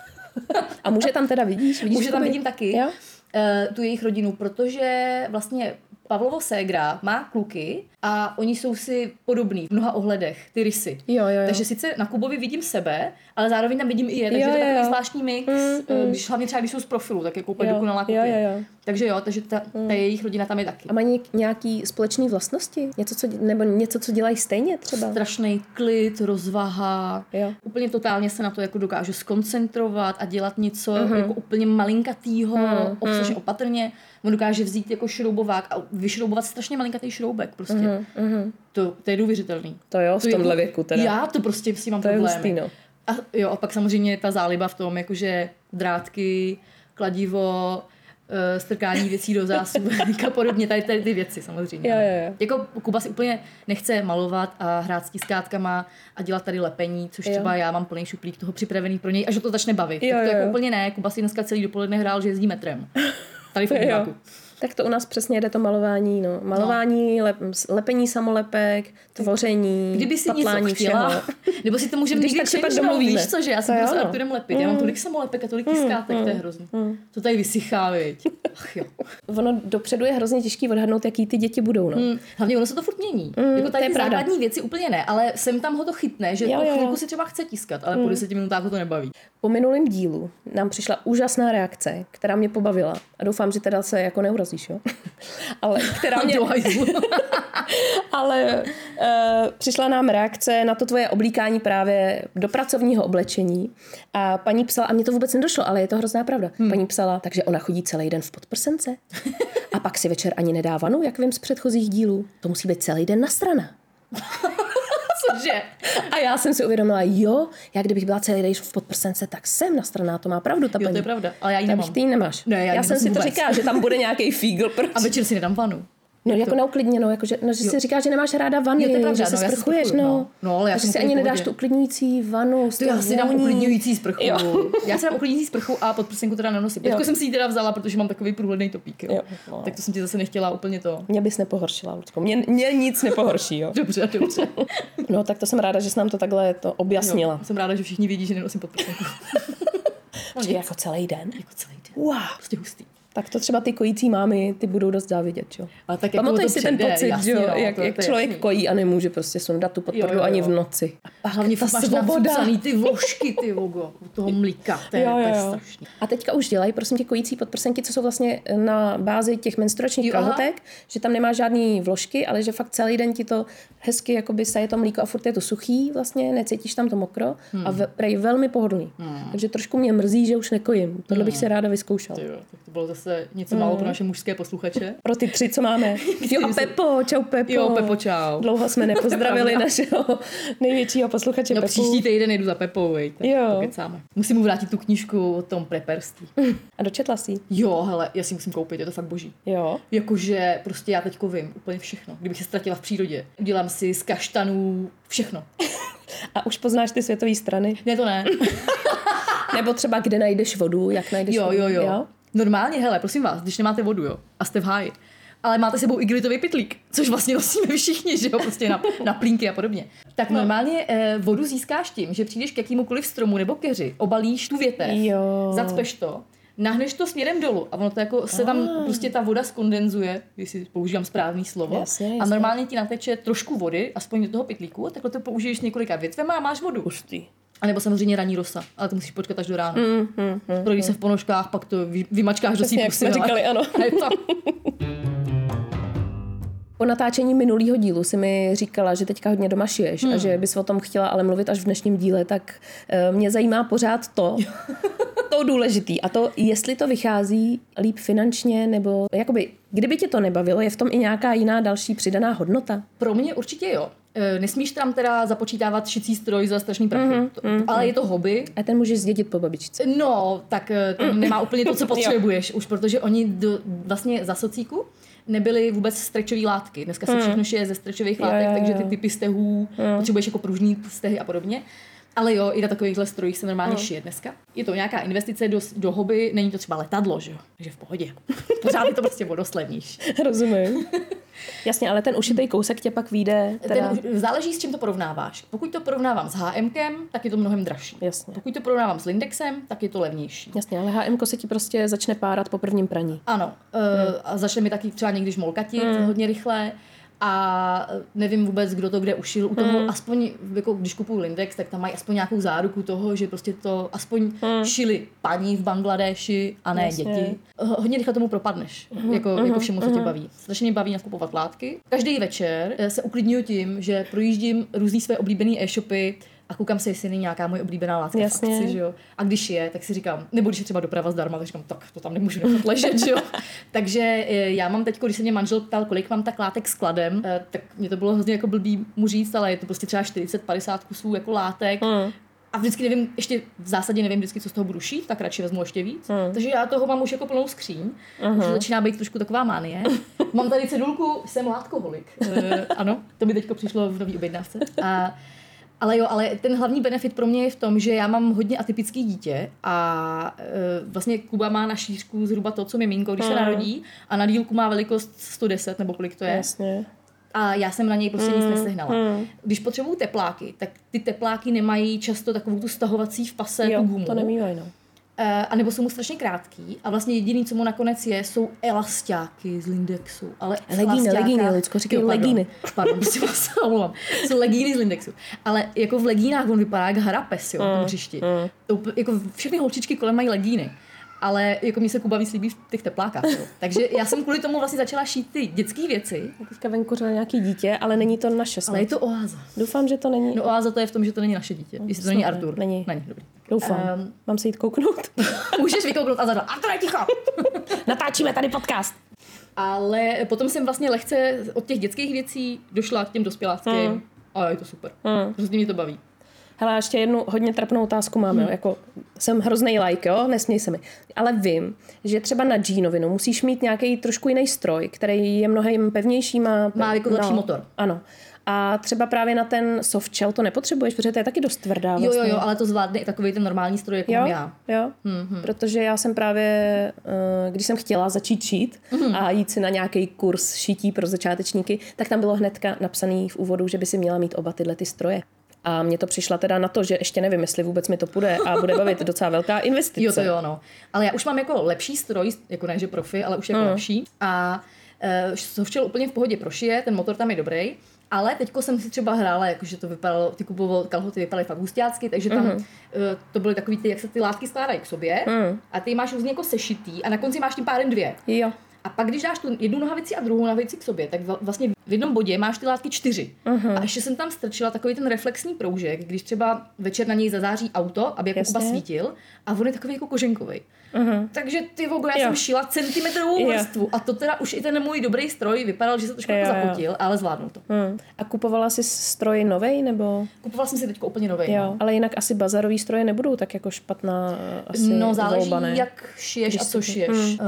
A muže tam teda vidíš? vidíš muže tam vidím taky, jo? Uh, tu jejich rodinu, protože vlastně Pavlovo ségra má kluky a oni jsou si podobní v mnoha ohledech, ty rysy. Jo, jo, jo. Takže sice na Kubovi vidím sebe, ale zároveň tam vidím i je, takže jo, to je takový jo. zvláštní mix, mm, mm. Když, hlavně třeba když jsou z profilu, tak jako úplně dokonalá kopie. Jo, jo, jo. Takže jo, takže ta, ta jejich rodina tam je taky. A mají nějaký společné vlastnosti? Něco, co, nebo něco, co dělají stejně třeba? Strašný klid, rozvaha. Jo. Úplně totálně se na to jako dokáže skoncentrovat a dělat něco uh-huh. jako úplně malinkatýho, uh-huh. obsažně opatrně. On dokáže vzít jako šroubovák a vyšroubovat strašně malinkatý šroubek prostě. Uh-huh. To, to je neuvěřitelný. To jo, v to tomhle jako, věku teda. Já to prostě s tím mám to problémy. Je hustý, no. A jo, a pak samozřejmě ta záliba v tom, jakože drátky, kladivo, strkání věcí do zásuvek a podobně, tady, tady ty věci samozřejmě. Jo, jo, jo. Jako Kuba si úplně nechce malovat a hrát s tiskátkama a dělat tady lepení, což jo. třeba já mám plný šuplík toho připravený pro něj a že to začne bavit. Jo, tak to jo, jako jo. úplně ne, Kuba si dneska celý dopoledne hrál, že jezdí metrem. Tady v obýváku. Tak to u nás přesně jde to malování, no. Malování, no. Lep, lepení samolepek, tvoření, kdyby si patlání něco chtěla, všeho. Nebo si to můžeme někdy čenžnout, víš co, že já jsem prostě Arturem lepit. Mm. Já mám tolik samolepek a tolik tiskátek, mm. to je hrozný. Mm. To tady vysychá, viď. Ach jo. Ono dopředu je hrozně těžký odhadnout, jaký ty děti budou, no. Mm. Hlavně ono se to furt mění. Mm, jako tady ty základní věci úplně ne, ale sem tam ho to chytne, že jo, to chvilku si třeba chce tiskat, ale mm. po deseti minutách ho to nebaví. Po minulém dílu nám přišla úžasná reakce, která mě pobavila. A doufám, že teda se jako neurazíš, jo? Ale která mě... Ale uh, přišla nám reakce na to tvoje oblíkání právě do pracovního oblečení. A paní psala, a mně to vůbec nedošlo, ale je to hrozná pravda. Hmm. Paní psala, takže ona chodí celý den v podprsence. A pak si večer ani nedá vanu, jak vím z předchozích dílů. To musí být celý den nasrana. Cože? A já jsem si uvědomila, jo, já kdybych byla celý den v podprsence, tak jsem nastraná, to má pravdu ta paní. Jo, to je pravda, ale já ji nemám. Ty ji nemáš. Ne, já já jsem si vůbec. To říkala, že tam bude nějaký fígl. Proč? A večer si nedám vanu. No jako to... neuklidněno, jako že, no, že si říkáš, že nemáš ráda vany, jo, to je pravda, že se no, sprchuješ, no. no. no ale já si ani nedáš tu uklidňující vanu. To já si dám uklidňující sprchu. Jo. Já si dám uklidňující sprchu a podprsenku teda nenosím. Teďko jsem si ji teda vzala, protože mám takový průhledný topík. Jo. Jo, no. Tak to jsem ti zase nechtěla úplně to. Mě bys nepohoršila, Lucko. Mě, mě nic nepohorší, jo. Dobře, dobře. No tak to jsem ráda, že jsi nám to takhle to objasnila. Jo, jsem ráda, že všichni vědí, že nenosím podprsenku. Počkej, jako celý den? Jako celý den. Wow. Prostě hustý. Tak to třeba ty kojící mámy, ty budou dost závidět, jo. Ale tak jako pamatuješ si ten pocit, jasný, jo, no, jak, to, jak to člověk jasný. Kojí a nemůže prostě sundat tu podprdu ani v noci. A hlavně fakt máš nacucaný ty vložky, ty vogo, u toho mlíka, to je, jo, jo, jo. To je strašný. A teďka už dělají, prosím tě, kojící podprsenky, co jsou vlastně na bázi těch menstruačních kalhotek, že tam nemá žádný vložky, ale že fakt celý den ti to hezky jakoby saje to mlíko a furt je to suchý, vlastně necítíš tam to mokro hmm. a prej velmi pohodlný. Hmm. Takže trošku mě mrzí, že už nekojím. Tohle hmm. bych si ráda vyzkoušela. Jo, tak to bylo zase zase něco mm. málo pro naše mužské posluchače. Pro ty tři, co máme. Jo a Pepo, čau Pepo. Jo, Pepo, čau. Dlouho jsme nepozdravili našeho největšího posluchače no, Pepu. Příští týden jdu za Pepou, vej. Jo. Pokecáme. Musím mu vrátit tu knížku o tom preperství. A dočetla jsi? Jo, hele, já si musím koupit, je to fakt boží. Jo. Jakože prostě já teďko vím úplně všechno. Kdybych se ztratila v přírodě. Udělám si z kaštanů všechno. A už poznáš ty světové strany? Ne, to ne. Nebo třeba kde najdeš vodu, jak najdeš jo, vodu? Jo, jo, jo. Normálně, hele, prosím vás, když nemáte vodu, jo, a jste v háji, ale máte sebou igelitový pytlík, což vlastně nosíme všichni, že jo, prostě na, na plínky a podobně. Tak no. normálně eh, vodu získáš tím, že přijdeš k jakýmukoliv stromu nebo keři, obalíš tu větev, jo. zacpeš to, nahneš to směrem dolů a ono to jako se tam ah. prostě ta voda skondenzuje, jestli používám správný slovo. Jasně, jasně. A normálně ti nateče trošku vody, aspoň do toho pytlíku, a takhle to použiješ několika větvema a máš vodu. Pustý. A nebo samozřejmě ranní rosa, ale to musíš počkat až do rána. Mm, mm, mm, Projdí se v ponožkách, pak to vy, vymačkáš do svý jak pusy. jsme říkali, ano. Po natáčení minulého dílu si mi říkala, že teďka hodně doma šiješ hmm. a že bys o tom chtěla ale mluvit až v dnešním díle, tak uh, mě zajímá pořád to, to důležitý a to, jestli to vychází líp finančně, nebo jakoby, kdyby tě to nebavilo, je v tom i nějaká jiná další přidaná hodnota? Pro mě určitě jo. E, nesmíš tam teda započítávat šicí stroj za strašný prachy, mm-hmm, to, mm-hmm. ale je to hobby. A ten můžeš zdědit po babičce. No, tak ten nemá úplně to, co potřebuješ, už protože oni do, vlastně za socíku nebyly vůbec stretchové látky. Dneska se mm. všechno šije ze stretchových látek, jo, jo, jo. takže ty typy stehů mm. potřebuješ jako pružný stehy a podobně. Ale jo, i na takovýchhle strojích se normálně mm. šije dneska. Je to nějaká investice do, do hobby, není to třeba letadlo, že jo? Takže v pohodě. Pořád je to prostě vodosledníš. Rozumím. Jasně, ale ten ušitej kousek tě pak vyjde. Teda... Ten, záleží, s čím to porovnáváš. Pokud to porovnávám s HMkem, tak je to mnohem dražší. Jasně. Pokud to porovnávám s Lindexem, tak je to levnější. Jasně, ale HMko se ti prostě začne párat po prvním praní. Ano. Hmm. Uh, a začne mi taky třeba někdy žmolkatit hmm. hodně rychle. A nevím vůbec, kdo to kde ušil. U toho mm. aspoň, jako když kupuju Lindex, tak tam mají aspoň nějakou záruku toho, že prostě to aspoň mm. šili paní v Bangladeši a ne Jasně. děti. Hodně rychle tomu propadneš, mm. jako, mm. jako všemu, co tě baví. Strašně mě baví nakupovat látky. Každý večer se uklidňuji tím, že projíždím různý své oblíbené e-shopy a koukám se, jestli není nějaká moje oblíbená látka Jasně. v akci, že jo. A když je, tak si říkám, nebo když je třeba doprava zdarma, tak říkám, tak to tam nemůžu nechat ležet, že jo. Takže já mám teď, když se mě manžel ptal, kolik mám tak látek skladem, tak mě to bylo hrozně jako blbý mu říct, ale je to prostě třeba čtyřicet padesát kusů jako látek. Mm. A vždycky nevím, ještě v zásadě nevím vždycky, co z toho budu šít, tak radši vezmu ještě víc. Mm. Takže já toho mám už jako plnou skříň. Mm. Už začíná být trošku taková mánie. Mám tady cedulku, jsem látkoholik. e, ano, to mi teďko přišlo v nový objednávce. A Ale jo, ale ten hlavní benefit pro mě je v tom, že já mám hodně atypický dítě a e, vlastně Kuba má na šířku zhruba to, co miminko, když mm. se narodí, a na dílku má velikost sto deset nebo kolik to je. Jasně. A já jsem na něj prostě mm. nic nesehnala. Mm. Když potřebuju tepláky, tak ty tepláky nemají často takovou tu stahovací v pase jo, tu gumu. To nemývají, no. A nebo jsou mu strašně krátký a vlastně jediný, co mu nakonec je, jsou elastáky z Lindexu. Ale legíny, legíny, Lucko, říkej legíny. Pardon, prosím vás, omlouvám. Jsou legíny z Lindexu. Ale jako v legínách on vypadá jak harapes, jo, mm, v hřišti. Mm. To, jako všechny holčičky kolem mají legíny. Ale jako mi se Kuba víc líbí v těch teplákách. Jo. Takže já jsem kvůli tomu vlastně začala šít ty dětské věci. Teďka venku nějaký dítě, ale není to naše snad. Ale je to oáza. Doufám, že to není. No oáza to je v tom, že to není naše dítě. Jestli to není Artur. Není. Není, dobrý. Doufám. Um, Mám se jít kouknout? Můžeš vykouknout a zadal. Artur, ticho! Natáčíme tady podcast. Ale potom jsem vlastně lehce od těch dětských věcí došla k těm dospěláckým. Mm. A je to super. Mm. Hrozně mě to baví. Hele, ještě jednu hodně trapnou otázku mám, hmm. jo, jako jsem hroznej like, jo, nesměj se mi. Ale vím, že třeba na džínovinu musíš mít nějaký trošku jiný stroj, který je mnohem pevnější, má... Má jako lepší no, motor. Ano. A třeba právě na ten soft shell to nepotřebuješ, protože to je taky dost tvrdá. Vlastně. Jo, jo, jo, ale to zvládne i takový ten normální stroj, jako jo, mám já. Jo, mm-hmm. Protože já jsem právě, když jsem chtěla začít šít mm-hmm. a jít si na nějaký kurz šití pro začátečníky, tak tam bylo hnedka napsaný v úvodu, že by si měla mít oba tyhle ty stroje. A mně to přišla teda na to, že ještě nevím, jestli vůbec mi to půjde a bude bavit docela velká investice. Jo, to jo, no. Ale já už mám jako lepší stroj, jako ne, že profi, ale už jako mm. lepší. A uh, softshell úplně v pohodě prošije, ten motor tam je dobrý. Ale teďko jsem si třeba hrála, jakože to vypadalo, ty kupoval kalhoty vypadaly fakt husťácky, takže tam mm. uh, to byly takový ty, jak se ty látky skládají k sobě mm. a ty máš různě jako sešitý a na konci máš tím pádem dvě. Jo. A pak, když dáš tu jednu nohavici a druhou nohavici k sobě, tak vlastně v jednom bodě máš ty látky čtyři. Uh-huh. A ještě jsem tam strčila takový ten reflexní proužek, když třeba večer na něj zazáří auto, aby jako Kuba svítil, a on je takový jako koženkový. Uh-huh. Takže ty vogo, já jo. jsem šila centimetrovou vrstvu a to teda už i ten můj dobrý stroj vypadal, že se trošku jako zapotil, ale zvládnu to. Uh-huh. A kupovala jsi stroj novej, nebo? Kupovala jsem si teď úplně novej. Jo, no. Ale jinak asi bazarový stroje nebudou tak jako špatná asi No záleží, volba, ne? jak šiješ když a co šiješ. Hmm. Uh,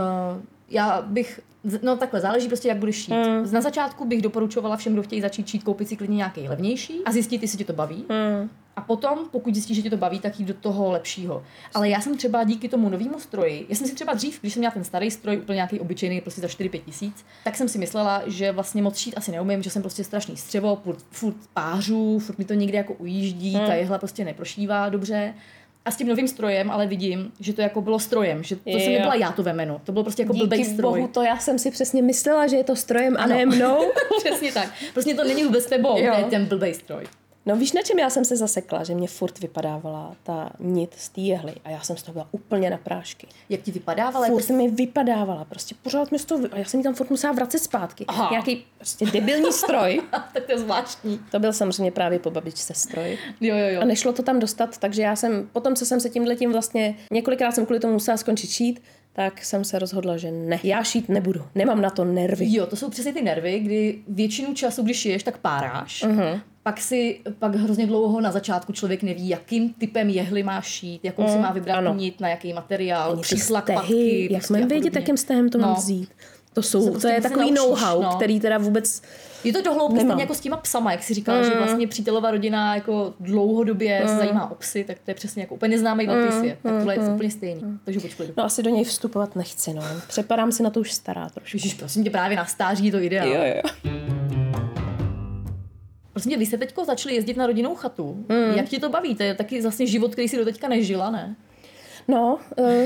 já bych, no takhle, záleží prostě, jak budeš šít. Hmm. Na začátku bych doporučovala všem, kdo chtějí začít šít, koupit si klidně nějaký levnější a zjistit, jestli tě to baví. Hmm. A potom, pokud zjistíš, že tě to baví, tak jít do toho lepšího. Ale já jsem třeba díky tomu novému stroji, já jsem si třeba dřív, když jsem měla ten starý stroj, úplně nějaký obyčejný, prostě za čtyři pět tisíc, tak jsem si myslela, že vlastně moc šít asi neumím, že jsem prostě strašný střevo, furt, furt pářu, furt mi to někde jako ujíždí, hmm. ta jehla prostě neprošívá dobře. A s tím novým strojem ale vidím, že to jako bylo strojem, že to jo. jsem nebyla já to vemeno, to bylo prostě jako blbej stroj. Díky bohu, to já jsem si přesně myslela, že je to strojem a ano. ne mnou. Přesně tak. Prostě to není vůbec tebou, to je ten blbej stroj. No víš, na čem já jsem se zasekla, že mě furt vypadávala ta nit z té jehly a já jsem z toho byla úplně na prášky. Jak ti vypadávala? Furt mi vypadávala, prostě pořád mi z toho, a já jsem ji tam furt musela vracet zpátky. Aha. Nějaký prostě debilní stroj. Tak to je zvláštní. To byl samozřejmě právě po babičce stroj. Jo, jo, jo. A nešlo to tam dostat, takže já jsem, potom co jsem se tímhletím vlastně, několikrát jsem kvůli tomu musela skončit šít, tak jsem se rozhodla, že ne, já šít nebudu, nemám na to nervy. Jo, to jsou přesně ty nervy, kdy většinu času, když šiješ, tak páráš. Uh-huh. Pak si, pak hrozně dlouho na začátku člověk neví, jakým typem jehly má šít, jakou mm, si má vybrat ano. nit, na jaký materiál, příslak patky. Jak prostě mám vědět, jakým stehem to mám no. vzít? To, jsou, to, prostě to je takový know-how, no. který teda vůbec je to dohloubky stejně jako s těma psama, jak si říkala, mm. že vlastně přítelová rodina jako dlouhodobě mm. se zajímá o psy, tak to je přesně jako úplně neznámý velký mm. svět. Tak tohle je mm. úplně stejný. Mm. Takže počkej. No asi do něj vstupovat nechci, no. Přepadám si na to už stará trošku. Ježiš, prosím tě, právě na stáří je to ideál. Jo, jo. Prosím tě, vy jste teďko začali jezdit na rodinnou chatu. Mm. Jak ti to baví? To je taky vlastně život, který si doteďka nežila, ne? No,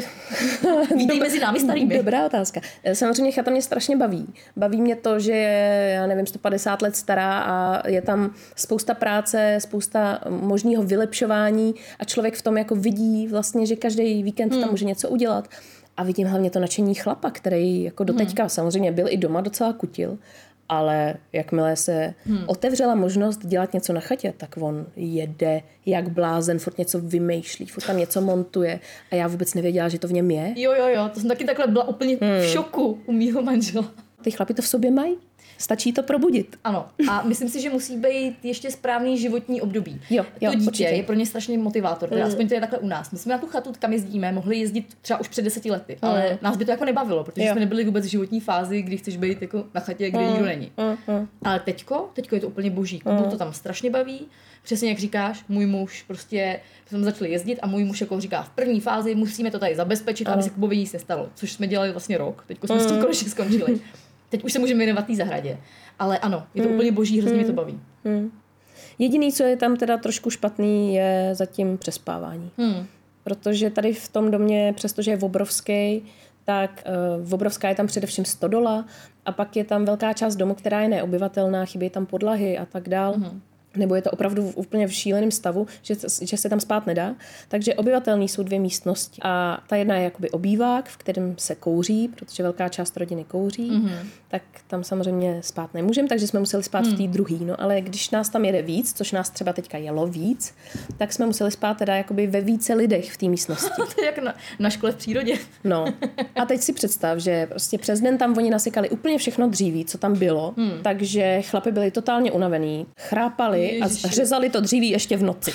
uh, vítej mezi námi starými. Dobrá otázka. Samozřejmě chata mě strašně baví. Baví mě to, že je, já nevím, sto padesát let stará a je tam spousta práce, spousta možného vylepšování a člověk v tom jako vidí vlastně, že každý víkend hmm. tam může něco udělat. A vidím hlavně to nadšení chlapa, který jako doteďka hmm. samozřejmě byl i doma docela kutil, ale jakmile se hmm. otevřela možnost dělat něco na chatě, tak on jede jak blázen, furt něco vymýšlí, furt tam něco montuje a já vůbec nevěděla, že to v něm je. Jo, jo, jo, to jsem taky takhle byla úplně hmm. v šoku u mýho manžela. Ty chlapi to v sobě mají? Stačí to probudit. Ano. A myslím si, že musí být ještě správný životní období. Jo, jo, to dítě určitě. je pro ně strašný motivátor. Teda mm. aspoň to je takhle u nás. My jsme na tu chatu, kam jezdíme, mohli jezdit třeba už před deseti lety, mm. ale nás by to jako nebavilo, protože jo. jsme nebyli vůbec v životní fázi, kdy chceš být jako na chatě, kde mm. nikdo není. Mm. Ale teďko, teďko je to úplně boží. Kubu mm. to tam strašně baví. Přesně jak říkáš, můj muž prostě jsme začali jezdit a můj muž jako říká, v první fázi musíme to tady zabezpečit, mm. aby se Kubovi nic nestalo, což jsme dělali vlastně rok. Teďko jsme mm. s tím konečně skončili. Teď už se můžeme věnovat té zahradě. Ale ano, je to hmm. úplně boží, hrozně hmm. mě to baví. Hmm. Jediný, co je tam teda trošku špatný, je zatím přespávání. Hmm. Protože tady v tom domě, přestože je obrovský, tak uh, obrovská je tam především stodola a pak je tam velká část domu, která je neobyvatelná, chybí tam podlahy a tak dál. Hmm. Nebo je to opravdu v úplně v šíleném stavu, že, že se tam spát nedá. Takže obyvatelný jsou dvě místnosti. A ta jedna je jakoby obývák, v kterém se kouří, protože velká část rodiny kouří, mm-hmm. tak tam samozřejmě spát nemůžeme, takže jsme museli spát mm. v té druhé. No ale když nás tam jede víc, což nás třeba teďka jelo víc, tak jsme museli spát teda jakoby ve více lidech v té místnosti. To je jak na, na škole v přírodě. No. A teď si představ, že prostě přes den tam oni nasekali úplně všechno dříví, co tam bylo, mm. takže chlapi byli totálně unavený, chrápali a řezali to dříví ještě v noci.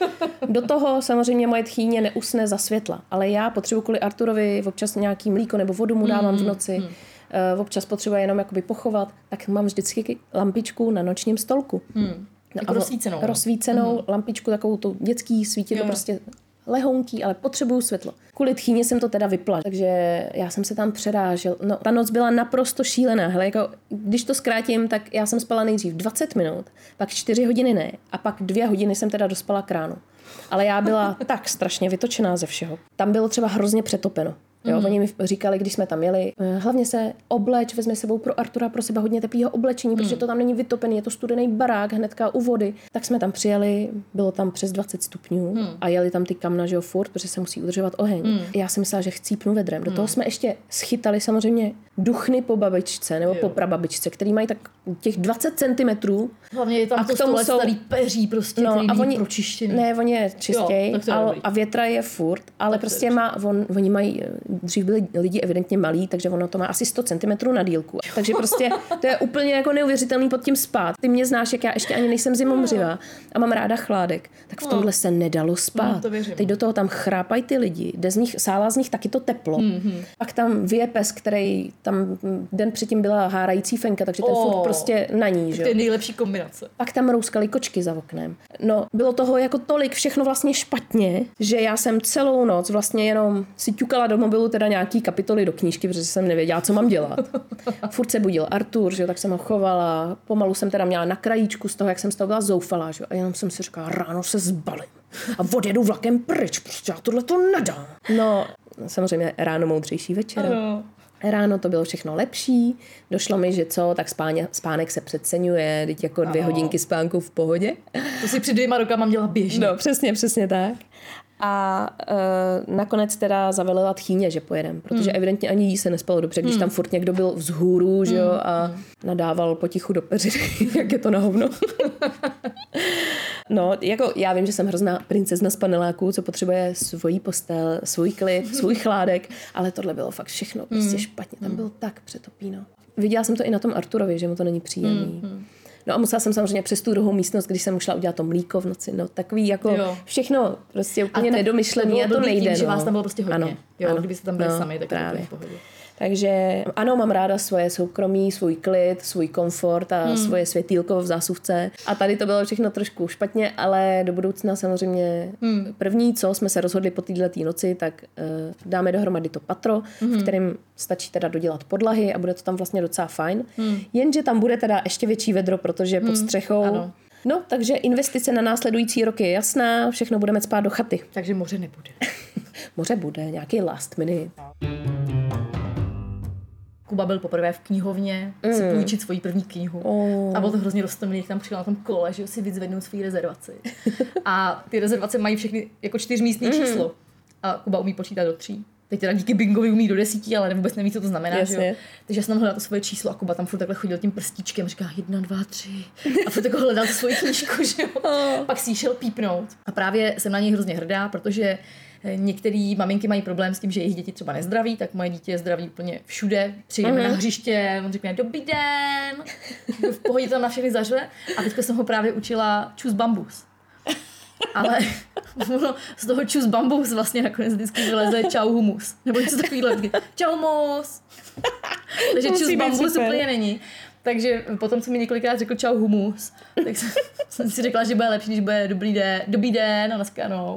Do toho samozřejmě moje tchýně neusne za světla, ale já potřebuji kvůli Arturovi občas nějaký mlíko nebo vodu mu dávám v noci, hmm. uh, občas potřebuji jenom jakoby pochovat, tak mám vždycky lampičku na nočním stolku. Hmm. No jako rozsvícenou. Rozsvícenou hmm. lampičku, takovou tu dětský svítidlo, prostě lehounký, ale potřebuju světlo. Kvůli tchýně jsem to teda vypla, takže já jsem se tam přerážel. No, ta noc byla naprosto šílená. Hele, jako, když to zkrátím, tak já jsem spala nejdřív dvacet minut, pak čtyři hodiny ne a pak dvě hodiny jsem teda dospala k ránu. Ale já byla tak strašně vytočená ze všeho. Tam bylo třeba hrozně přetopeno. Jo, mm. Oni mi říkali, když jsme tam jeli, hlavně se obleč, vezme sebou pro Artura, pro sebe hodně teplého oblečení, mm. protože to tam není vytopený, je to studený barák, hnedka u vody. Tak jsme tam přijeli, bylo tam přes dvacet stupňů mm. a jeli tam ty kamna, že jo, furt, protože se musí udržovat oheň. Mm. Já jsem myslela, že chcípnu vedrem. Do toho jsme ještě schytali samozřejmě duchny po babičce nebo jo. po prababičce, který mají tak těch dvacet centimetrů. Hlavně je tam a to stole jsou... starý peří prostě, no, který a není oni, pročištěný. Ne, oni je čistěj jo, a, a větra je furt, ale tak prostě má, on, oni mají, dřív byli lidi evidentně malí, takže ono to má asi sto centimetrů na dílku. Takže prostě to je úplně jako neuvěřitelný pod tím spát. Ty mě znáš, jak já ještě ani nejsem zimomřivá a mám ráda chládek. Tak v tomhle se nedalo spát. No, teď do toho tam chrápají ty lidi, jde z nich, sála z nich taky to teplo. Mm-hmm. Pak tam vyje pes, který tam den předtím byla hárající fenka, takže ten oh, furt prostě na ní, že? To je nejlepší kombinace. Pak tam rouskaly kočky za oknem. No, bylo toho jako tolik, všechno vlastně špatně, že já jsem celou noc vlastně jenom si ťukala do mobilu teda nějaký kapitoly do knížky, protože jsem nevěděla, co mám dělat. Furt se budil Artur, že jo, tak jsem ho chovala. Pomalu jsem teda měla na krajíčku z toho, jak jsem z toho byla zoufalá, že jo. A jenom jsem si říkala, ráno se zbalím a odjedu vlakem pryč, prostě já tohle to nedám. No, samozřejmě ráno moudřejší večer. Ano. Ráno to bylo všechno lepší, došlo mi, že co, tak spáně, spánek se přeceňuje, teď jako dvě ano. hodinky spánku v pohodě. To si před dvěma rokama měla běžně. No, přesně, přesně tak. A e, nakonec teda zavelila tchýně, že pojedem, protože hmm. evidentně ani jí se nespalo dobře, když hmm. tam furt někdo byl vzhůru, že jo, a nadával potichu do peřiny, jak je to na hovno. No, jako já vím, že jsem hrozná princezna z paneláků, co potřebuje svojí postel, svůj klid, svůj chládek, ale tohle bylo fakt všechno prostě hmm. špatně, tam bylo tak přetopíno. Viděla jsem to i na tom Arturovi, že mu to není příjemný. Hmm. No a musela jsem samozřejmě přes tu druhou místnost, když jsem šla udělat to mlíko v noci, no takový jako jo. všechno prostě úplně nedomyšlený a to nejde. Tím, že no. vás tam bylo prostě hodně, ano, jo, ano, kdyby se tam byli no, sami, tak právě. to v pohodě. Takže ano, mám ráda svoje soukromí, svůj klid, svůj komfort a hmm. svoje světýlko v zásuvce. A tady to bylo všechno trošku špatně, ale do budoucna samozřejmě hmm. první, co jsme se rozhodli po této noci, tak uh, dáme dohromady to patro, hmm. v kterém stačí teda dodělat podlahy a bude to tam vlastně docela fajn. Hmm. Jenže tam bude teda ještě větší vedro, protože pod střechou. Ano. No, takže investice na následující roky je jasná, všechno budeme spát do chaty. Takže moře nebude. Moře bude, nějaký last minute. Kuba byl poprvé v knihovně mm. si půjčit svoji první knihu. Oh. A byl to hrozně roztomilý, jak tam přijel na tom kole, že si vyzvednout svou rezervaci. A ty rezervace mají všechny jako čtyřmístné mm. číslo. A Kuba umí počítat do tří. Teď teda díky Bingovi umí do desíti, ale vůbec neví, co to znamená. Že jo? Takže já jsem tam hledala to svoje číslo a Kuba tam furt takhle chodil tím prstíčkem, říká jedna, dva, tři. A furt takhle hledal tu svoji knížku, že jo. Oh. Pak si ji šel pípnout. A právě jsem na něj hrozně hrdá, protože některé maminky mají problém s tím, že jejich děti třeba nezdraví, tak moje dítě je zdravý úplně všude. Přijdeme mm-hmm. na hřiště, on řekne dobrý den, v pohodě tam na všechny zařve. A teďka jsem ho právě učila čus bambus. Ale ono z toho čus bambus vlastně nakonec vždycky vyleze čau humus. Nebo něco takovýhle. Čau humus. Takže čus bambus super. Úplně není. Takže potom, co mi několikrát řekl čau humus, tak jsem, jsem si řekla, že bude lepší, když bude dobrý den, dobrý den a naskanou.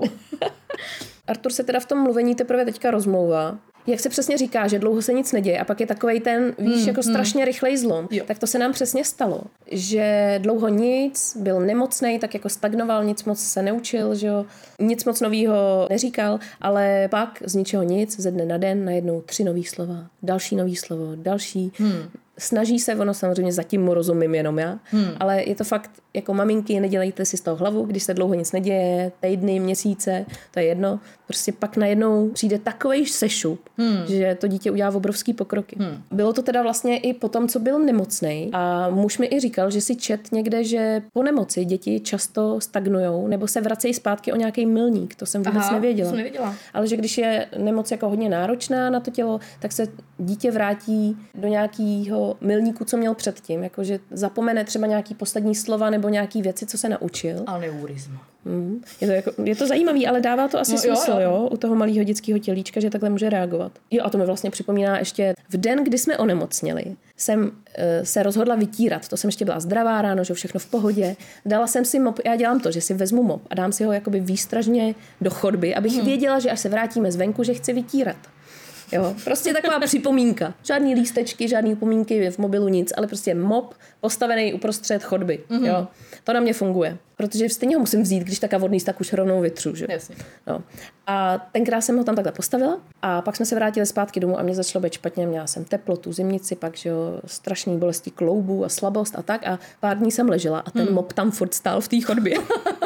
Artur se teda v tom mluvení teprve teďka rozmlouvá. Jak se přesně říká, že dlouho se nic neděje a pak je takovej ten, víš, hmm, jako hmm. strašně rychlej zlom, jo. Tak to se nám přesně stalo. Že dlouho nic, byl nemocnej, tak jako stagnoval, nic moc se neučil, že jo, nic moc novýho neříkal, ale pak z ničeho nic, ze dne na den, najednou tři nový slova, další nový slovo, další. Hmm. Snaží se, ono samozřejmě zatím mu rozumím jenom já, hmm. ale je to fakt, jako maminky, nedělejte si z toho hlavu, když se dlouho nic neděje, týdny, měsíce, to je jedno, prostě pak najednou přijde takovej sešup, hmm. že to dítě udělá obrovský pokroky. Hmm. Bylo to teda vlastně i po tom, co byl nemocnej a muž mi i říkal, že si čet někde, že po nemoci děti často stagnujou nebo se vracejí zpátky o nějaký milník, to jsem vůbec Aha, nevěděla. To jsem nevěděla. Ale že když je nemoc jako hodně náročná na to tělo, tak se dítě vrátí do nějakého milníku, co měl předtím, jakože zapomene třeba nějaký poslední slova nebo nějaký věci, co se naučil. Aneurisma. Mm. Je to, jako, je to zajímavý, ale dává to asi no, smysl, jo, jo. jo, u toho malého dětského tělíčka, že takhle může reagovat. Jo, a to mi vlastně připomíná ještě v den, kdy jsme onemocněli, jsem uh, se rozhodla vytírat. To jsem ještě byla zdravá ráno, že všechno v pohodě. Dala jsem si mop, já dělám to, že si vezmu mop a dám si ho jakoby výstražně do chodby, abych hmm. věděla, že až se vrátíme zvenku, že chci vytírat. Jo, prostě taková připomínka. Žádný lístečky, žádný upomínky v mobilu, nic, ale prostě mop postavený uprostřed chodby. Mm-hmm. Jo. To na mě funguje. Protože stejně ho musím vzít, když taká vodný, tak už rovnou vytřu. Že? Jasně. No. A tenkrát jsem ho tam takhle postavila a pak jsme se vrátili zpátky domů a mě začalo být špatně. Měla jsem teplotu, zimnici, pak že jo, strašný bolesti kloubů a slabost a tak. A pár dní jsem ležela a ten hmm. mop tam furt stál v té chodbě.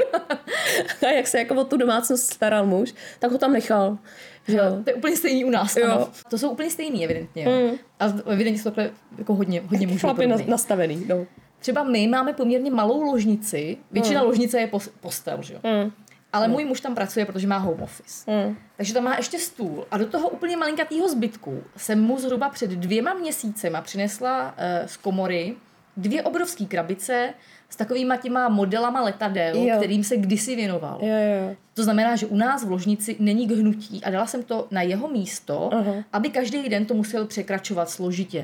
A jak se jako o tu domácnost staral muž, tak ho tam nechal. Jo. To je úplně stejný u nás. Jo. To jsou úplně stejný, evidentně. Jo. Mm. A evidentně jsou takhle jako hodně, hodně mužů. Chlapy nastavený. No. Třeba my máme poměrně malou ložnici. Většina mm. ložnice je postel, že jo? Mm. Ale mm. můj muž tam pracuje, protože má home office. Mm. Takže tam má ještě stůl. A do toho úplně malinkatýho zbytku jsem mu zhruba před dvěma měsícema přinesla uh, z komory dvě obrovské krabice s takovýma těma modelama letadel, jo. kterým se kdysi věnoval. Jo, jo. To znamená, že u nás v ložnici není k hnutí a dala jsem to na jeho místo, uh-huh. aby každý den to musel překračovat složitě.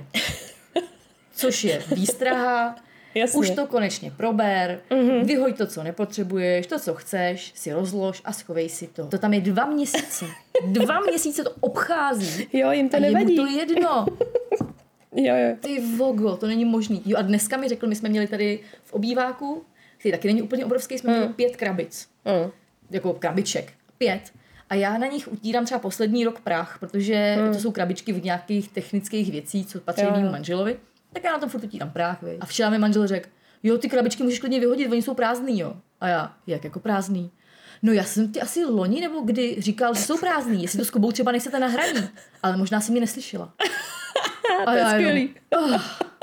Což je výstraha, Jasně. už to konečně prober, uh-huh. vyhoď to, co nepotřebuješ, to, co chceš, si rozlož a schovej si to. To tam je dva měsíce. Dva měsíce to obchází. Jo, jim to a nevadí. Je mu to jedno. Jo, jo. Ty vogo, to není možný. Jo, a dneska mi řekl, my jsme měli tady v obýváku, který taky není úplně obrovský, jsme mm. měli pět krabic. Mm. Jako krabiček. Pět. A já na nich utírám třeba poslední rok prach, protože mm. to jsou krabičky v nějakých technických věcí, co patří mému manželovi. Tak já na tom furt utírám prach. Vy. A včera mi manžel řekl, jo, ty krabičky můžeš klidně vyhodit, oni jsou prázdný, jo. A já, jak jako prázdný? No já jsem ti asi loni nebo kdy říkal, že jsou prázdný, jestli to s Kubou třeba nechcete na hraní. Ale možná si mě neslyšela. To je skvělý. Oh.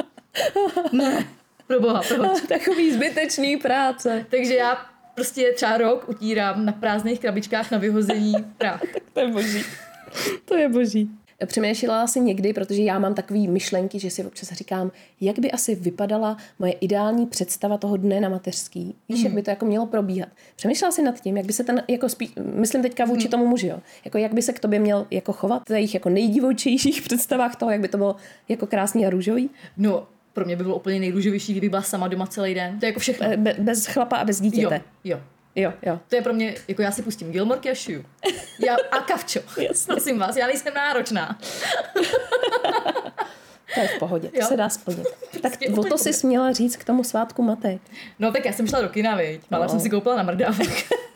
Ne, proboha, proč? Takový zbytečný práce. Takže já prostě třeba rok utírám na prázdných krabičkách na vyhození prach. To je boží. To je boží. Přemýšlela si někdy, protože já mám takový myšlenky, že si občas říkám, jak by asi vypadala moje ideální představa toho dne na mateřský. Víš, mm. jak by to jako mělo probíhat. Přemýšlela si nad tím, jak by se ten, jako spíš, myslím teďka vůči mm. tomu muži, jo. Jako jak by se k tobě měl jako chovat v jejich jako nejdivočejších představách toho, jak by to bylo jako krásný a růžový? No, pro mě by bylo úplně nejrůžovější, kdyby byla sama doma celý den. To je jako všechno. Be- bez chlapa a bez dítěte. Jo, jo. Jo, jo. To je pro mě, jako já si pustím Gilmorky a šiju. Já, a kavčo. Prosím vás, já nejsem náročná. To je v pohodě, to jo. se dá splnit. Tak o to jsi směla říct k tomu svátku matek. No tak já jsem šla do kina, viď. Mala no. jsem si koupila na mrdávek.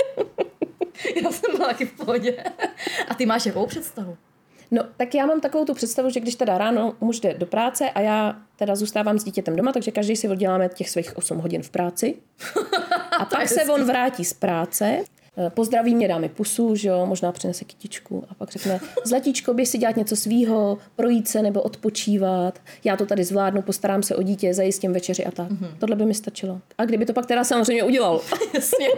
Já jsem byla taky v pohodě. A ty máš jakou představu? No, tak já mám takovou tu představu, že když teda ráno muž jde do práce a já teda zůstávám s dítětem doma, takže každý si odděláme těch svých osm hodin v práci. A pak se on vrátí z práce, pozdraví mě, dá mi pusu, že jo, možná přinese kytičku a pak řekne, Zlatíčko, běž si dělat něco svýho, projít se nebo odpočívat, já to tady zvládnu, postarám se o dítě, zajistím večeři a tak. Mm-hmm. Tohle by mi stačilo. A kdyby to pak teda samozřejmě udělal. Jasně.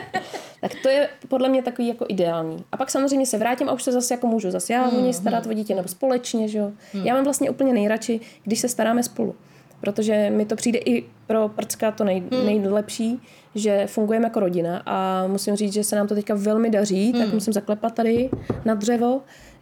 Tak to je podle mě takový jako ideální. A pak samozřejmě se vrátím a už se zase jako můžu zase já o něj starat o dítě nebo společně, že jo. Mm. Já mám vlastně úplně nejradši, když se staráme spolu. Protože mi to přijde i pro prcka to nej, mm. nejlepší, že fungujeme jako rodina a musím říct, že se nám to teďka velmi daří, mm. tak musím zaklepat tady na dřevo,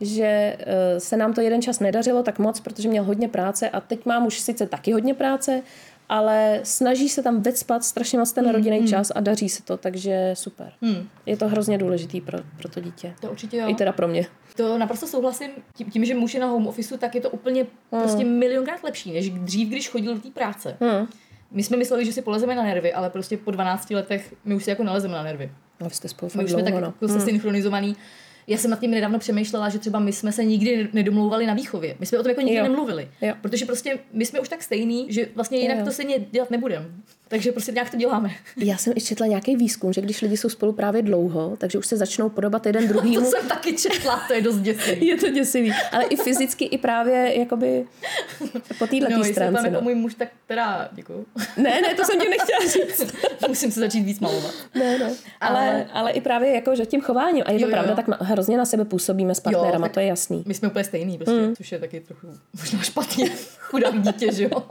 že uh, se nám to jeden čas nedařilo tak moc, protože měl hodně práce a teď mám už sice taky hodně práce, ale snaží se tam vecpat strašně moc ten rodinný mm. čas a daří se to, takže super. Mm. Je to hrozně důležitý pro, pro to dítě. To určitě jo. I teda pro mě. To naprosto souhlasím. Tím, tím že muž je na home officeu, tak je to úplně mm. prostě milionkrát lepší, než dřív, když chodil do té práce. Mm. My jsme mysleli, že si polezeme na nervy, ale prostě po dvanácti letech my už si jako nalezeme na nervy. No, jste spolu my už jsme tak jako mm. synchronizovaný. Já jsem nad tím nedávno přemýšlela, že třeba my jsme se nikdy nedomlouvali na výchově. My jsme o tom jako nikdy jo. nemluvili. Jo. Protože prostě my jsme už tak stejný, že vlastně jinak jo. to stejně dělat nebudeme. Takže prostě nějak to děláme. Já jsem i četla nějaký výzkum, že když lidi jsou spolu právě dlouho, takže už se začnou podobat jeden druhýmu. To jsem taky četla, to je dost děsivý. Je to děsivý, ale i fyzicky, i právě jakoby po této no, stránce. No, jako můj muž, tak teda děkuju. Ne, ne, to jsem ti nechtěla říct. Musím se začít víc malovat. Ne, ne. Ale, ale, ale i právě jako, že tím chováním, a je to jo, pravda, jo. tak hrozně na sebe působíme s partnerama, to je jasný. My jsme úplně stejný, prostě, mm. což je taky trochu možná špatně. Chudák dítě, že jo.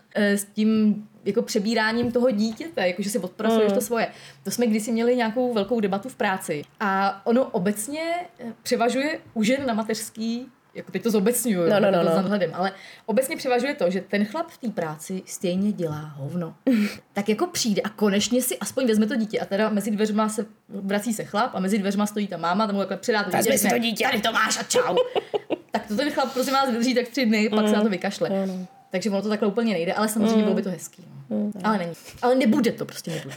S tím jako přebíráním toho dítěte, jakože si odpracuješ mm. to svoje. To jsme kdysi měli nějakou velkou debatu v práci. A ono obecně převažuje u žen na mateřský, jako teď to zobecňuju, no, no, no, to no. nadhledem, ale obecně převažuje to, že ten chlap v té práci stejně dělá hovno. Tak jako přijde a konečně si aspoň vezme to dítě a teda mezi dveřma se vrací se chlap a mezi dveřma stojí ta máma, tam mu takhle předá to dítě. Vezmi si to dítě. Tady to máš a čau. tak to ten chlap prosím vás vydrží tak tři dny, pak mm. se na to vykašle. Mm. Takže ono to takhle úplně nejde, ale samozřejmě mm. bylo by to hezký. No. Mm. Ale není. Ale nebude to, prostě nebude.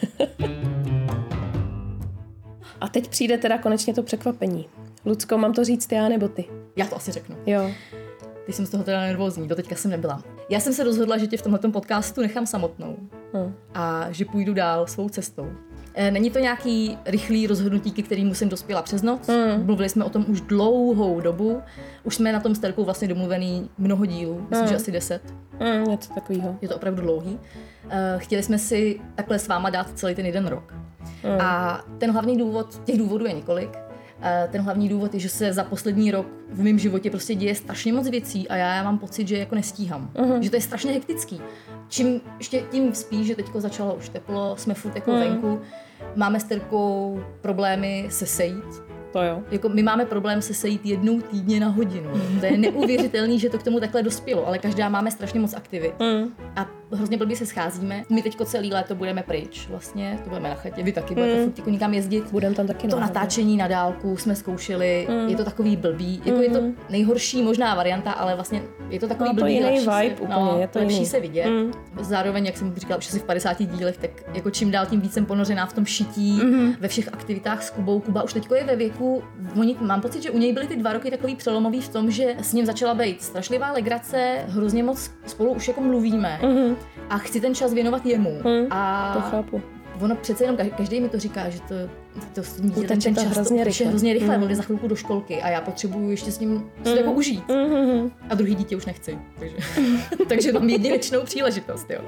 A teď přijde teda konečně to překvapení. Lucko, mám to říct já nebo ty? Já to asi řeknu. Jo. Ty jsem z toho teda nervózní, doteďka jsem nebyla. Já jsem se rozhodla, že tě v tomhletom podcastu nechám samotnou hmm. a že půjdu dál svou cestou. Není to nějaký rychlý rozhodnutí, ke kterému jsem dospěla přes noc. Hmm. Mluvili jsme o tom už dlouhou dobu. Už jsme na tom s Terkou vlastně domluvený mnoho dílů, myslím, hmm. že asi deset. Hmm, něco takového. Je to opravdu dlouhý. Chtěli jsme si takhle s váma dát celý ten jeden rok. Hmm. A ten hlavní důvod, těch důvodů je několik. Ten hlavní důvod je, že se za poslední rok v mém životě prostě děje strašně moc věcí a já mám pocit, že jako nestíhám. Uh-huh. Že to je strašně hektický. Čím ještě tím spíš, že teďko začalo už teplo, jsme furt jako uh-huh. venku, máme s Terkou problémy se sejít. To jo. Jako my máme problém se sejít jednou týdně na hodinu. To je neuvěřitelný, že to k tomu takhle dospělo, ale každá máme strašně moc aktivit. Mm. A hrozně blbě se scházíme. My teďko celý léto budeme pryč vlastně, to budeme na chatě, vy taky budete mm. furt nikam jezdit. Budeme tam taky. To natáčení na dálku jsme zkoušeli, mm. je to takový blbý. Jako mm. je to nejhorší možná varianta, ale vlastně je to takový no, to blbý. Jiný lepší vibe se, úplně, no, je to lepší jiný. se vidět. Mm. Zároveň, jak jsem říkala, už asi v padesáti dílech, tak jako čím dál tím víc jsem ponořená v tom šití, mm. ve všech aktivitách s Kubou. Kuba už teďko je ve věku, oni, mám pocit, že u něj byly ty dva roky takový přelomový v tom, že s ním začala být strašlivá legrace, hrozně moc spolu už jako mluvíme mm. a chci ten čas věnovat jemu. Mm. A to chápu. Ono přece jenom, každý mi to říká, že to, to, to ten, ten to čas hrozně to rychle. hrozně rychle, mm. on jde za chvilku do školky a já potřebuju ještě s ním mm. to jako užít. Mm. A druhý dítě už nechci, takže, takže mám jedinečnou příležitost. Jo.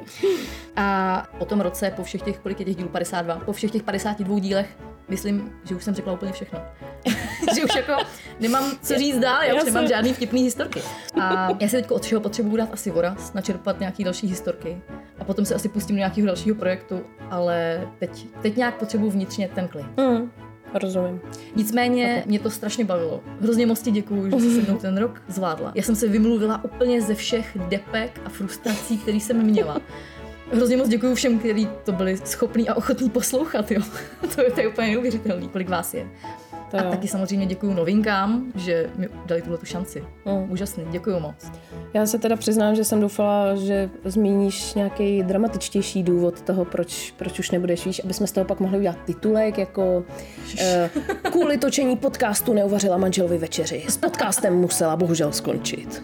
A po tom roce, po všech těch, kolik je těch dílů, padesát dva, po všech těch padesáti dvou dílech, myslím, že už jsem řekla úplně všechno. Že už jako nemám co říct dál, já už nemám žádný vtipný historky. A já si teď od všeho potřebuju dát asi voraz, načerpat nějaký další historky a potom se asi pustím do nějakého dalšího projektu, ale teď, teď nějak potřebuju vnitřně ten klid. Mm, rozumím. Nicméně okay. mě to strašně bavilo. Hrozně moc ti děkuju, že jsi se mnou ten rok zvládla. Já jsem se vymluvila úplně ze všech depek a frustrací, které jsem měla. Hrozně moc děkuju všem, kteří to byli schopní a ochotní poslouchat. Jo. to, je, to je úplně neuvěřitelný, kolik vás je. To a jo. Taky samozřejmě děkuju novinkám, že mi dali tuhle tu šanci. Mm. Úžasný, děkuju moc. Já se teda přiznám, že jsem doufala, že zmíníš nějaký dramatičtější důvod toho, proč, proč už nebudeš, víš, aby jsme z toho pak mohli udělat titulek, jako eh, kvůli točení podcastu neuvařila manželovi večeři. S podcastem musela bohužel skončit.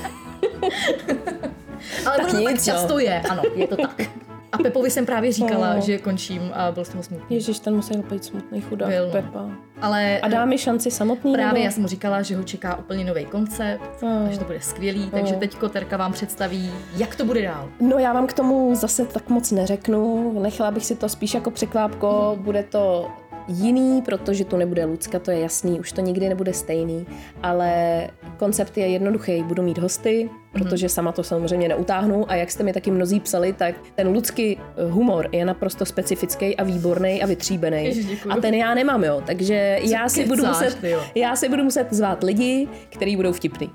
Ale tak ono nic, tak často no. je, ano, je to tak. A Pepovi jsem právě říkala, no. že končím a byl z toho smutný. Ježiš, ten musel být smutný, chudák byl, Pepa. Ale a dá mi šanci samotný? Právě nebo? Já jsem mu říkala, že ho čeká úplně nový koncept, no. a že to bude skvělý, no. takže teďko Terka vám představí, jak to bude dál. No já vám k tomu zase tak moc neřeknu, nechala bych si to spíš jako překvápko, mm. bude to jiný, protože tu nebude Lucka, to je jasný, už to nikdy nebude stejný, ale koncept je jednoduchý, budu mít hosty, mm-hmm. protože sama to samozřejmě neutáhnu a jak jste mi taky mnozí psali, tak ten Lucký humor je naprosto specifický a výborný a vytříbený. Ježiš, a ten já nemám, jo, takže Co já si, kecáš, budu muset, já si budu muset zvát lidi, kteří budou vtipný.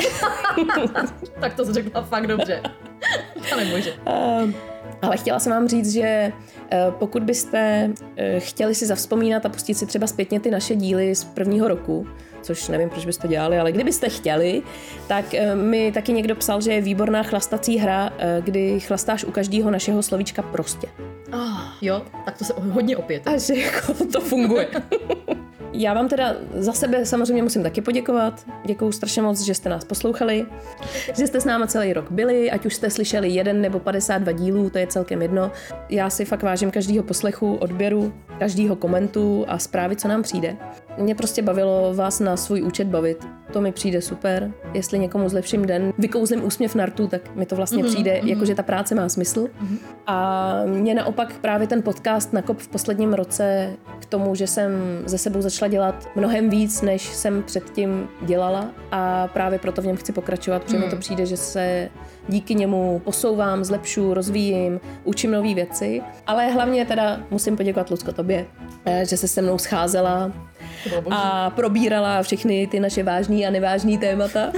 Tak to jsi řekla fakt dobře. Ale bože. Um, Ale chtěla jsem vám říct, že pokud byste chtěli si zavzpomínat a pustit si třeba zpětně ty naše díly z prvního roku, což nevím, proč byste to dělali, ale kdybyste chtěli, tak mi taky někdo psal, že je výborná chlastací hra, kdy chlastáš u každého našeho slovíčka prostě. Oh, jo, tak to se hodně opět. A že jako to funguje. Já vám teda za sebe samozřejmě musím taky poděkovat. Děkuju strašně moc, že jste nás poslouchali, že jste s náma celý rok byli, ať už jste slyšeli jeden nebo padesát dva dílů, to je celkem jedno. Já si fakt vážím každého poslechu, odběru, každého komentu a zprávy, co nám přijde. Mě prostě bavilo vás na svůj účet bavit. To mi přijde super. Jestli někomu zlepším den, vykouzlím úsměv na rtu, tak mi to vlastně mm-hmm, přijde, mm-hmm. jako že ta práce má smysl. Mm-hmm. A mě naopak právě ten podcast nakop v posledním roce k tomu, že jsem ze sebou začala dělat mnohem víc, než jsem předtím dělala a právě proto v něm chci pokračovat, protože mm. mi to přijde, že se díky němu posouvám, zlepšu, rozvíjím, učím nové věci, ale hlavně teda musím poděkovat, Lucko, tobě, že se se mnou scházela a probírala všechny ty naše vážný a nevážný témata.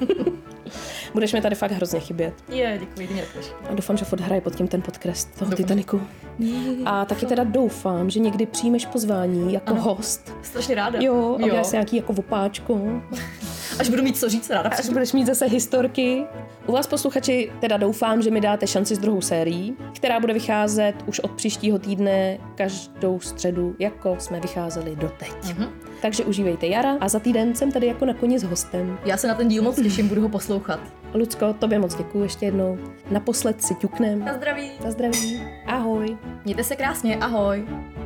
Budeš mi tady fakt hrozně chybět. Je, děkuji, ty mě řekneš. A doufám, že fot hraje pod tím ten podkres toho Titaniku. A taky teda doufám, že někdy přijmeš pozvání jako ano. host. Strašně ráda. Jo, a uděláš si nějaký jako opáčko. Až budu mít co říct, ráda Až budeš mít zase historky. U vás posluchači teda doufám, že mi dáte šanci s druhou sérií, která bude vycházet už od příštího týdne každou středu, jako jsme vycházeli doteď. Mm-hmm. Takže užívejte jara a za týden jsem tady jako na koni s hostem. Já se na ten díl moc těším, budu ho poslouchat. Lucko, tobě moc děkuju ještě jednou. Naposled si ťuknem. Na zdraví. Na zdraví. Ahoj. Mějte se krásně, ahoj.